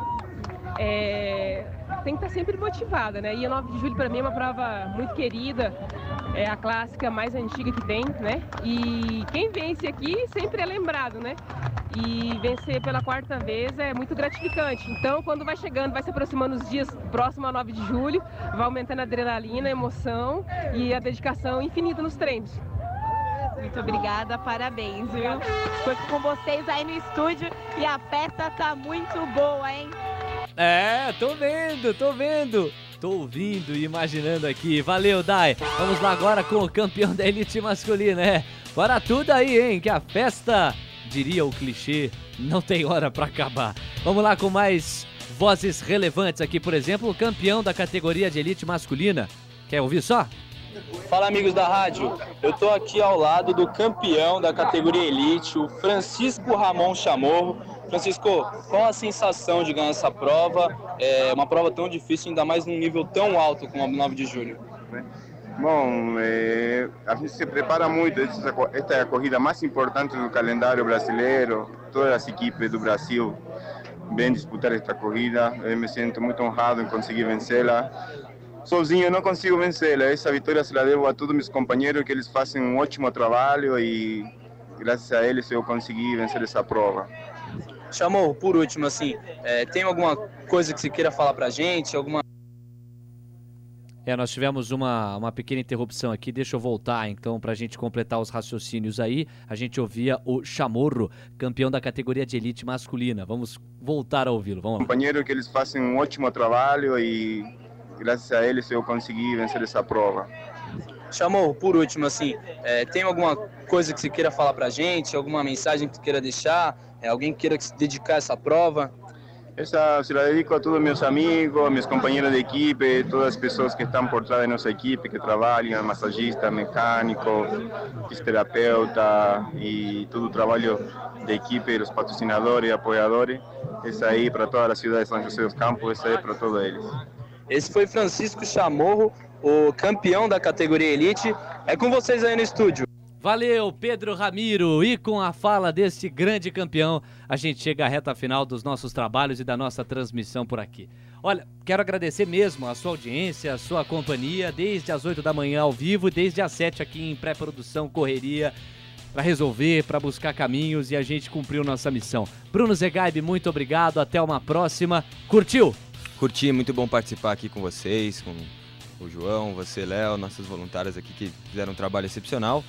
Tem que estar sempre motivada, né? E a 9 de julho para mim é uma prova muito querida, é a clássica mais antiga que tem, né? E quem vence aqui sempre é lembrado, né? E vencer pela 4ª vez é muito gratificante. Então, quando vai chegando, vai se aproximando os dias próximos a 9 de julho, vai aumentando a adrenalina, a emoção e a dedicação infinita nos treinos. Muito obrigada, parabéns, viu? Foi com vocês aí no estúdio e a festa tá muito boa, hein? Tô vendo. Tô ouvindo e imaginando aqui. Valeu, Day. Vamos lá agora com o campeão da Elite Masculina, Para tudo aí, hein? Que a festa, diria o clichê, não tem hora pra acabar. Vamos lá com mais vozes relevantes aqui, por exemplo, o campeão da categoria de Elite Masculina. Quer ouvir só? Fala, amigos da rádio, eu tô aqui ao lado do campeão da categoria Elite, o Francisco Ramon Chamorro. Francisco, qual a sensação de ganhar essa prova? É uma prova tão difícil, ainda mais num nível tão alto como a 9 de julho. Bom, a gente se prepara muito, esta é a corrida mais importante do calendário brasileiro, todas as equipes do Brasil vêm disputar esta corrida, eu me sinto muito honrado em conseguir vencê-la. Sozinho eu não consigo vencê-la, essa vitória se la devo a todos meus companheiros, que eles fazem um ótimo trabalho e graças a eles eu consegui vencer essa prova. Chamorro, por último, assim, tem alguma coisa que você queira falar pra gente, alguma... Nós tivemos uma pequena interrupção aqui, deixa eu voltar então pra gente completar os raciocínios aí. A gente ouvia o Chamorro, campeão da categoria de Elite Masculina. Vamos voltar a ouvi-lo, vamos lá. Companheiro, que eles fazem um ótimo trabalho e graças a eles eu consegui vencer essa prova. Chamorro, por último, assim, tem alguma coisa que você queira falar pra gente, alguma mensagem que você queira deixar, alguém que queira se dedicar a essa prova? Essa se la dedico a todos meus amigos, meus companheiros de equipe, todas as pessoas que estão por trás da nossa equipe, que trabalham, massagista, mecânico, fisioterapeuta e todo o trabalho de equipe, os patrocinadores e apoiadores. Essa aí para toda a cidade de São José dos Campos, essa aí para todos eles. Esse foi Francisco Chamorro, o campeão da categoria Elite. É com vocês aí no estúdio. Valeu, Pedro Ramiro. E com a fala deste grande campeão, a gente chega à reta final dos nossos trabalhos e da nossa transmissão por aqui. Olha, quero agradecer mesmo a sua audiência, a sua companhia, desde as 8 da manhã ao vivo, desde as 7 aqui em pré-produção, correria, para resolver, para buscar caminhos, e a gente cumpriu nossa missão. Bruno Zegaib, muito obrigado, até uma próxima. Curtiu? Curti, muito bom participar aqui com vocês, com o João, você, Léo, nossos voluntários aqui que fizeram um trabalho excepcional.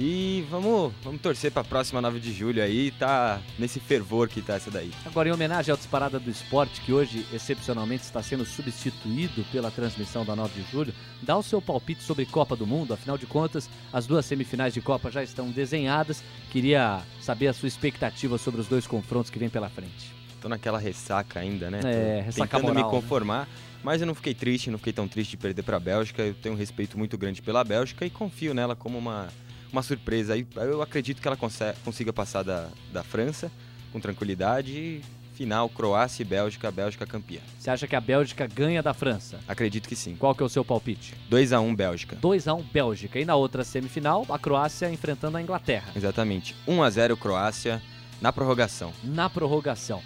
E vamos torcer para a próxima 9 de julho aí, tá nesse fervor que tá essa daí. Agora, em homenagem ao Disparada do Esporte, que hoje, excepcionalmente, está sendo substituído pela transmissão da 9 de julho, dá o seu palpite sobre Copa do Mundo. Afinal de contas, as 2 semifinais de Copa já estão desenhadas. Queria saber a sua expectativa sobre os 2 confrontos que vem pela frente. Tô naquela ressaca ainda, né? Ressaca tentando moral, me conformar, mas eu não fiquei triste, não fiquei tão triste de perder para a Bélgica. Eu tenho um respeito muito grande pela Bélgica e confio nela como uma surpresa. Eu acredito que ela consiga passar da França com tranquilidade. E final, Croácia e Bélgica, a Bélgica campeã. Você acha que a Bélgica ganha da França? Acredito que sim. Qual que é o seu palpite? 2-1 Bélgica. 2-1 Bélgica. E na outra semifinal, a Croácia enfrentando a Inglaterra. Exatamente. 1-0 Croácia na prorrogação. Na prorrogação.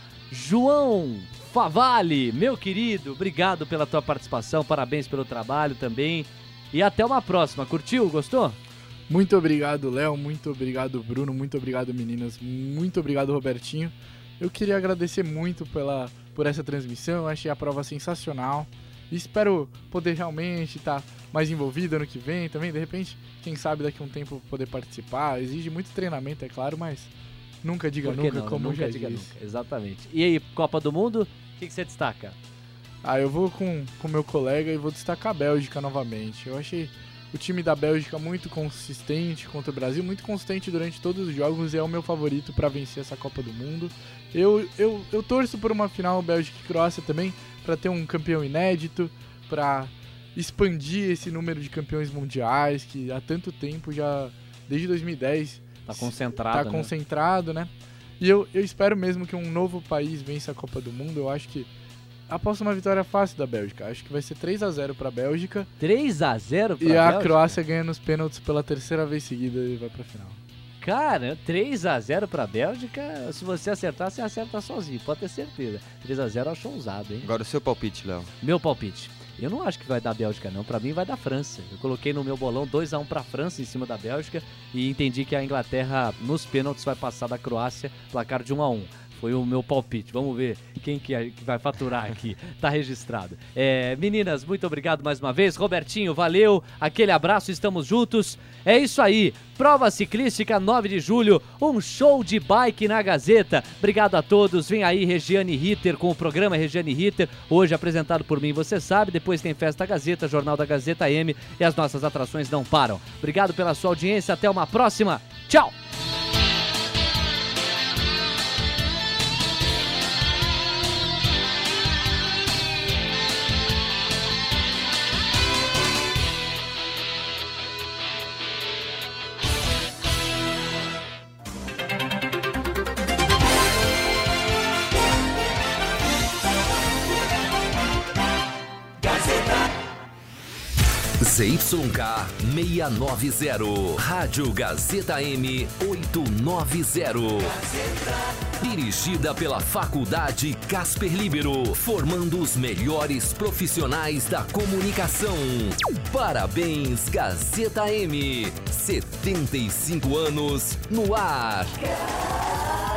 João Favale, meu querido, obrigado pela tua participação, parabéns pelo trabalho também. E até uma próxima. Curtiu? Gostou? Muito obrigado, Léo. Muito obrigado, Bruno. Muito obrigado, meninas. Muito obrigado, Robertinho. Eu queria agradecer muito por essa transmissão. Eu achei a prova sensacional. E espero poder realmente estar mais envolvido ano que vem também. De repente, quem sabe daqui a um tempo poder participar. Exige muito treinamento, é claro, mas nunca diga nunca, não? como Nunca já diga disse. nunca, exatamente. E aí, Copa do Mundo, o que você destaca? Eu vou com meu colega e vou destacar a Bélgica novamente. Eu achei o time da Bélgica muito consistente contra o Brasil, muito consistente durante todos os jogos e é o meu favorito para vencer essa Copa do Mundo. Eu torço por uma final Bélgica e Croácia também, para ter um campeão inédito, para expandir esse número de campeões mundiais que há tanto tempo, já desde 2010... Tá concentrado, né? E eu espero mesmo que um novo país vença a Copa do Mundo. Eu acho que aposto uma vitória fácil da Bélgica. Acho que vai ser 3-0 pra Bélgica. 3-0 pra Bélgica? E a Croácia ganha nos pênaltis pela 3ª vez seguida e vai pra final. Cara, 3-0 pra Bélgica, se você acertar, você acerta sozinho, pode ter certeza. 3-0 eu acho ousado, hein? Agora o seu palpite, Léo. Meu palpite. Eu não acho que vai dar Bélgica, não. Pra mim vai dar França. Eu coloquei no meu bolão 2-1 pra França em cima da Bélgica e entendi que a Inglaterra nos pênaltis vai passar da Croácia, placar de 1-1. Foi o meu palpite. Vamos ver quem que vai faturar aqui. Tá registrado. Meninas, muito obrigado mais uma vez. Robertinho, valeu. Aquele abraço, estamos juntos. É isso aí. Prova ciclística 9 de julho. Um show de bike na Gazeta. Obrigado a todos. Vem aí Regiane Ritter com o programa Regiane Ritter. Hoje apresentado por mim, você sabe. Depois tem Festa Gazeta, Jornal da Gazeta M. E as nossas atrações não param. Obrigado pela sua audiência. Até uma próxima. Tchau. ZYK 690, Rádio Gazeta M 890. Dirigida pela Faculdade Casper Líbero, formando os melhores profissionais da comunicação. Parabéns, Gazeta M, 75 anos no ar.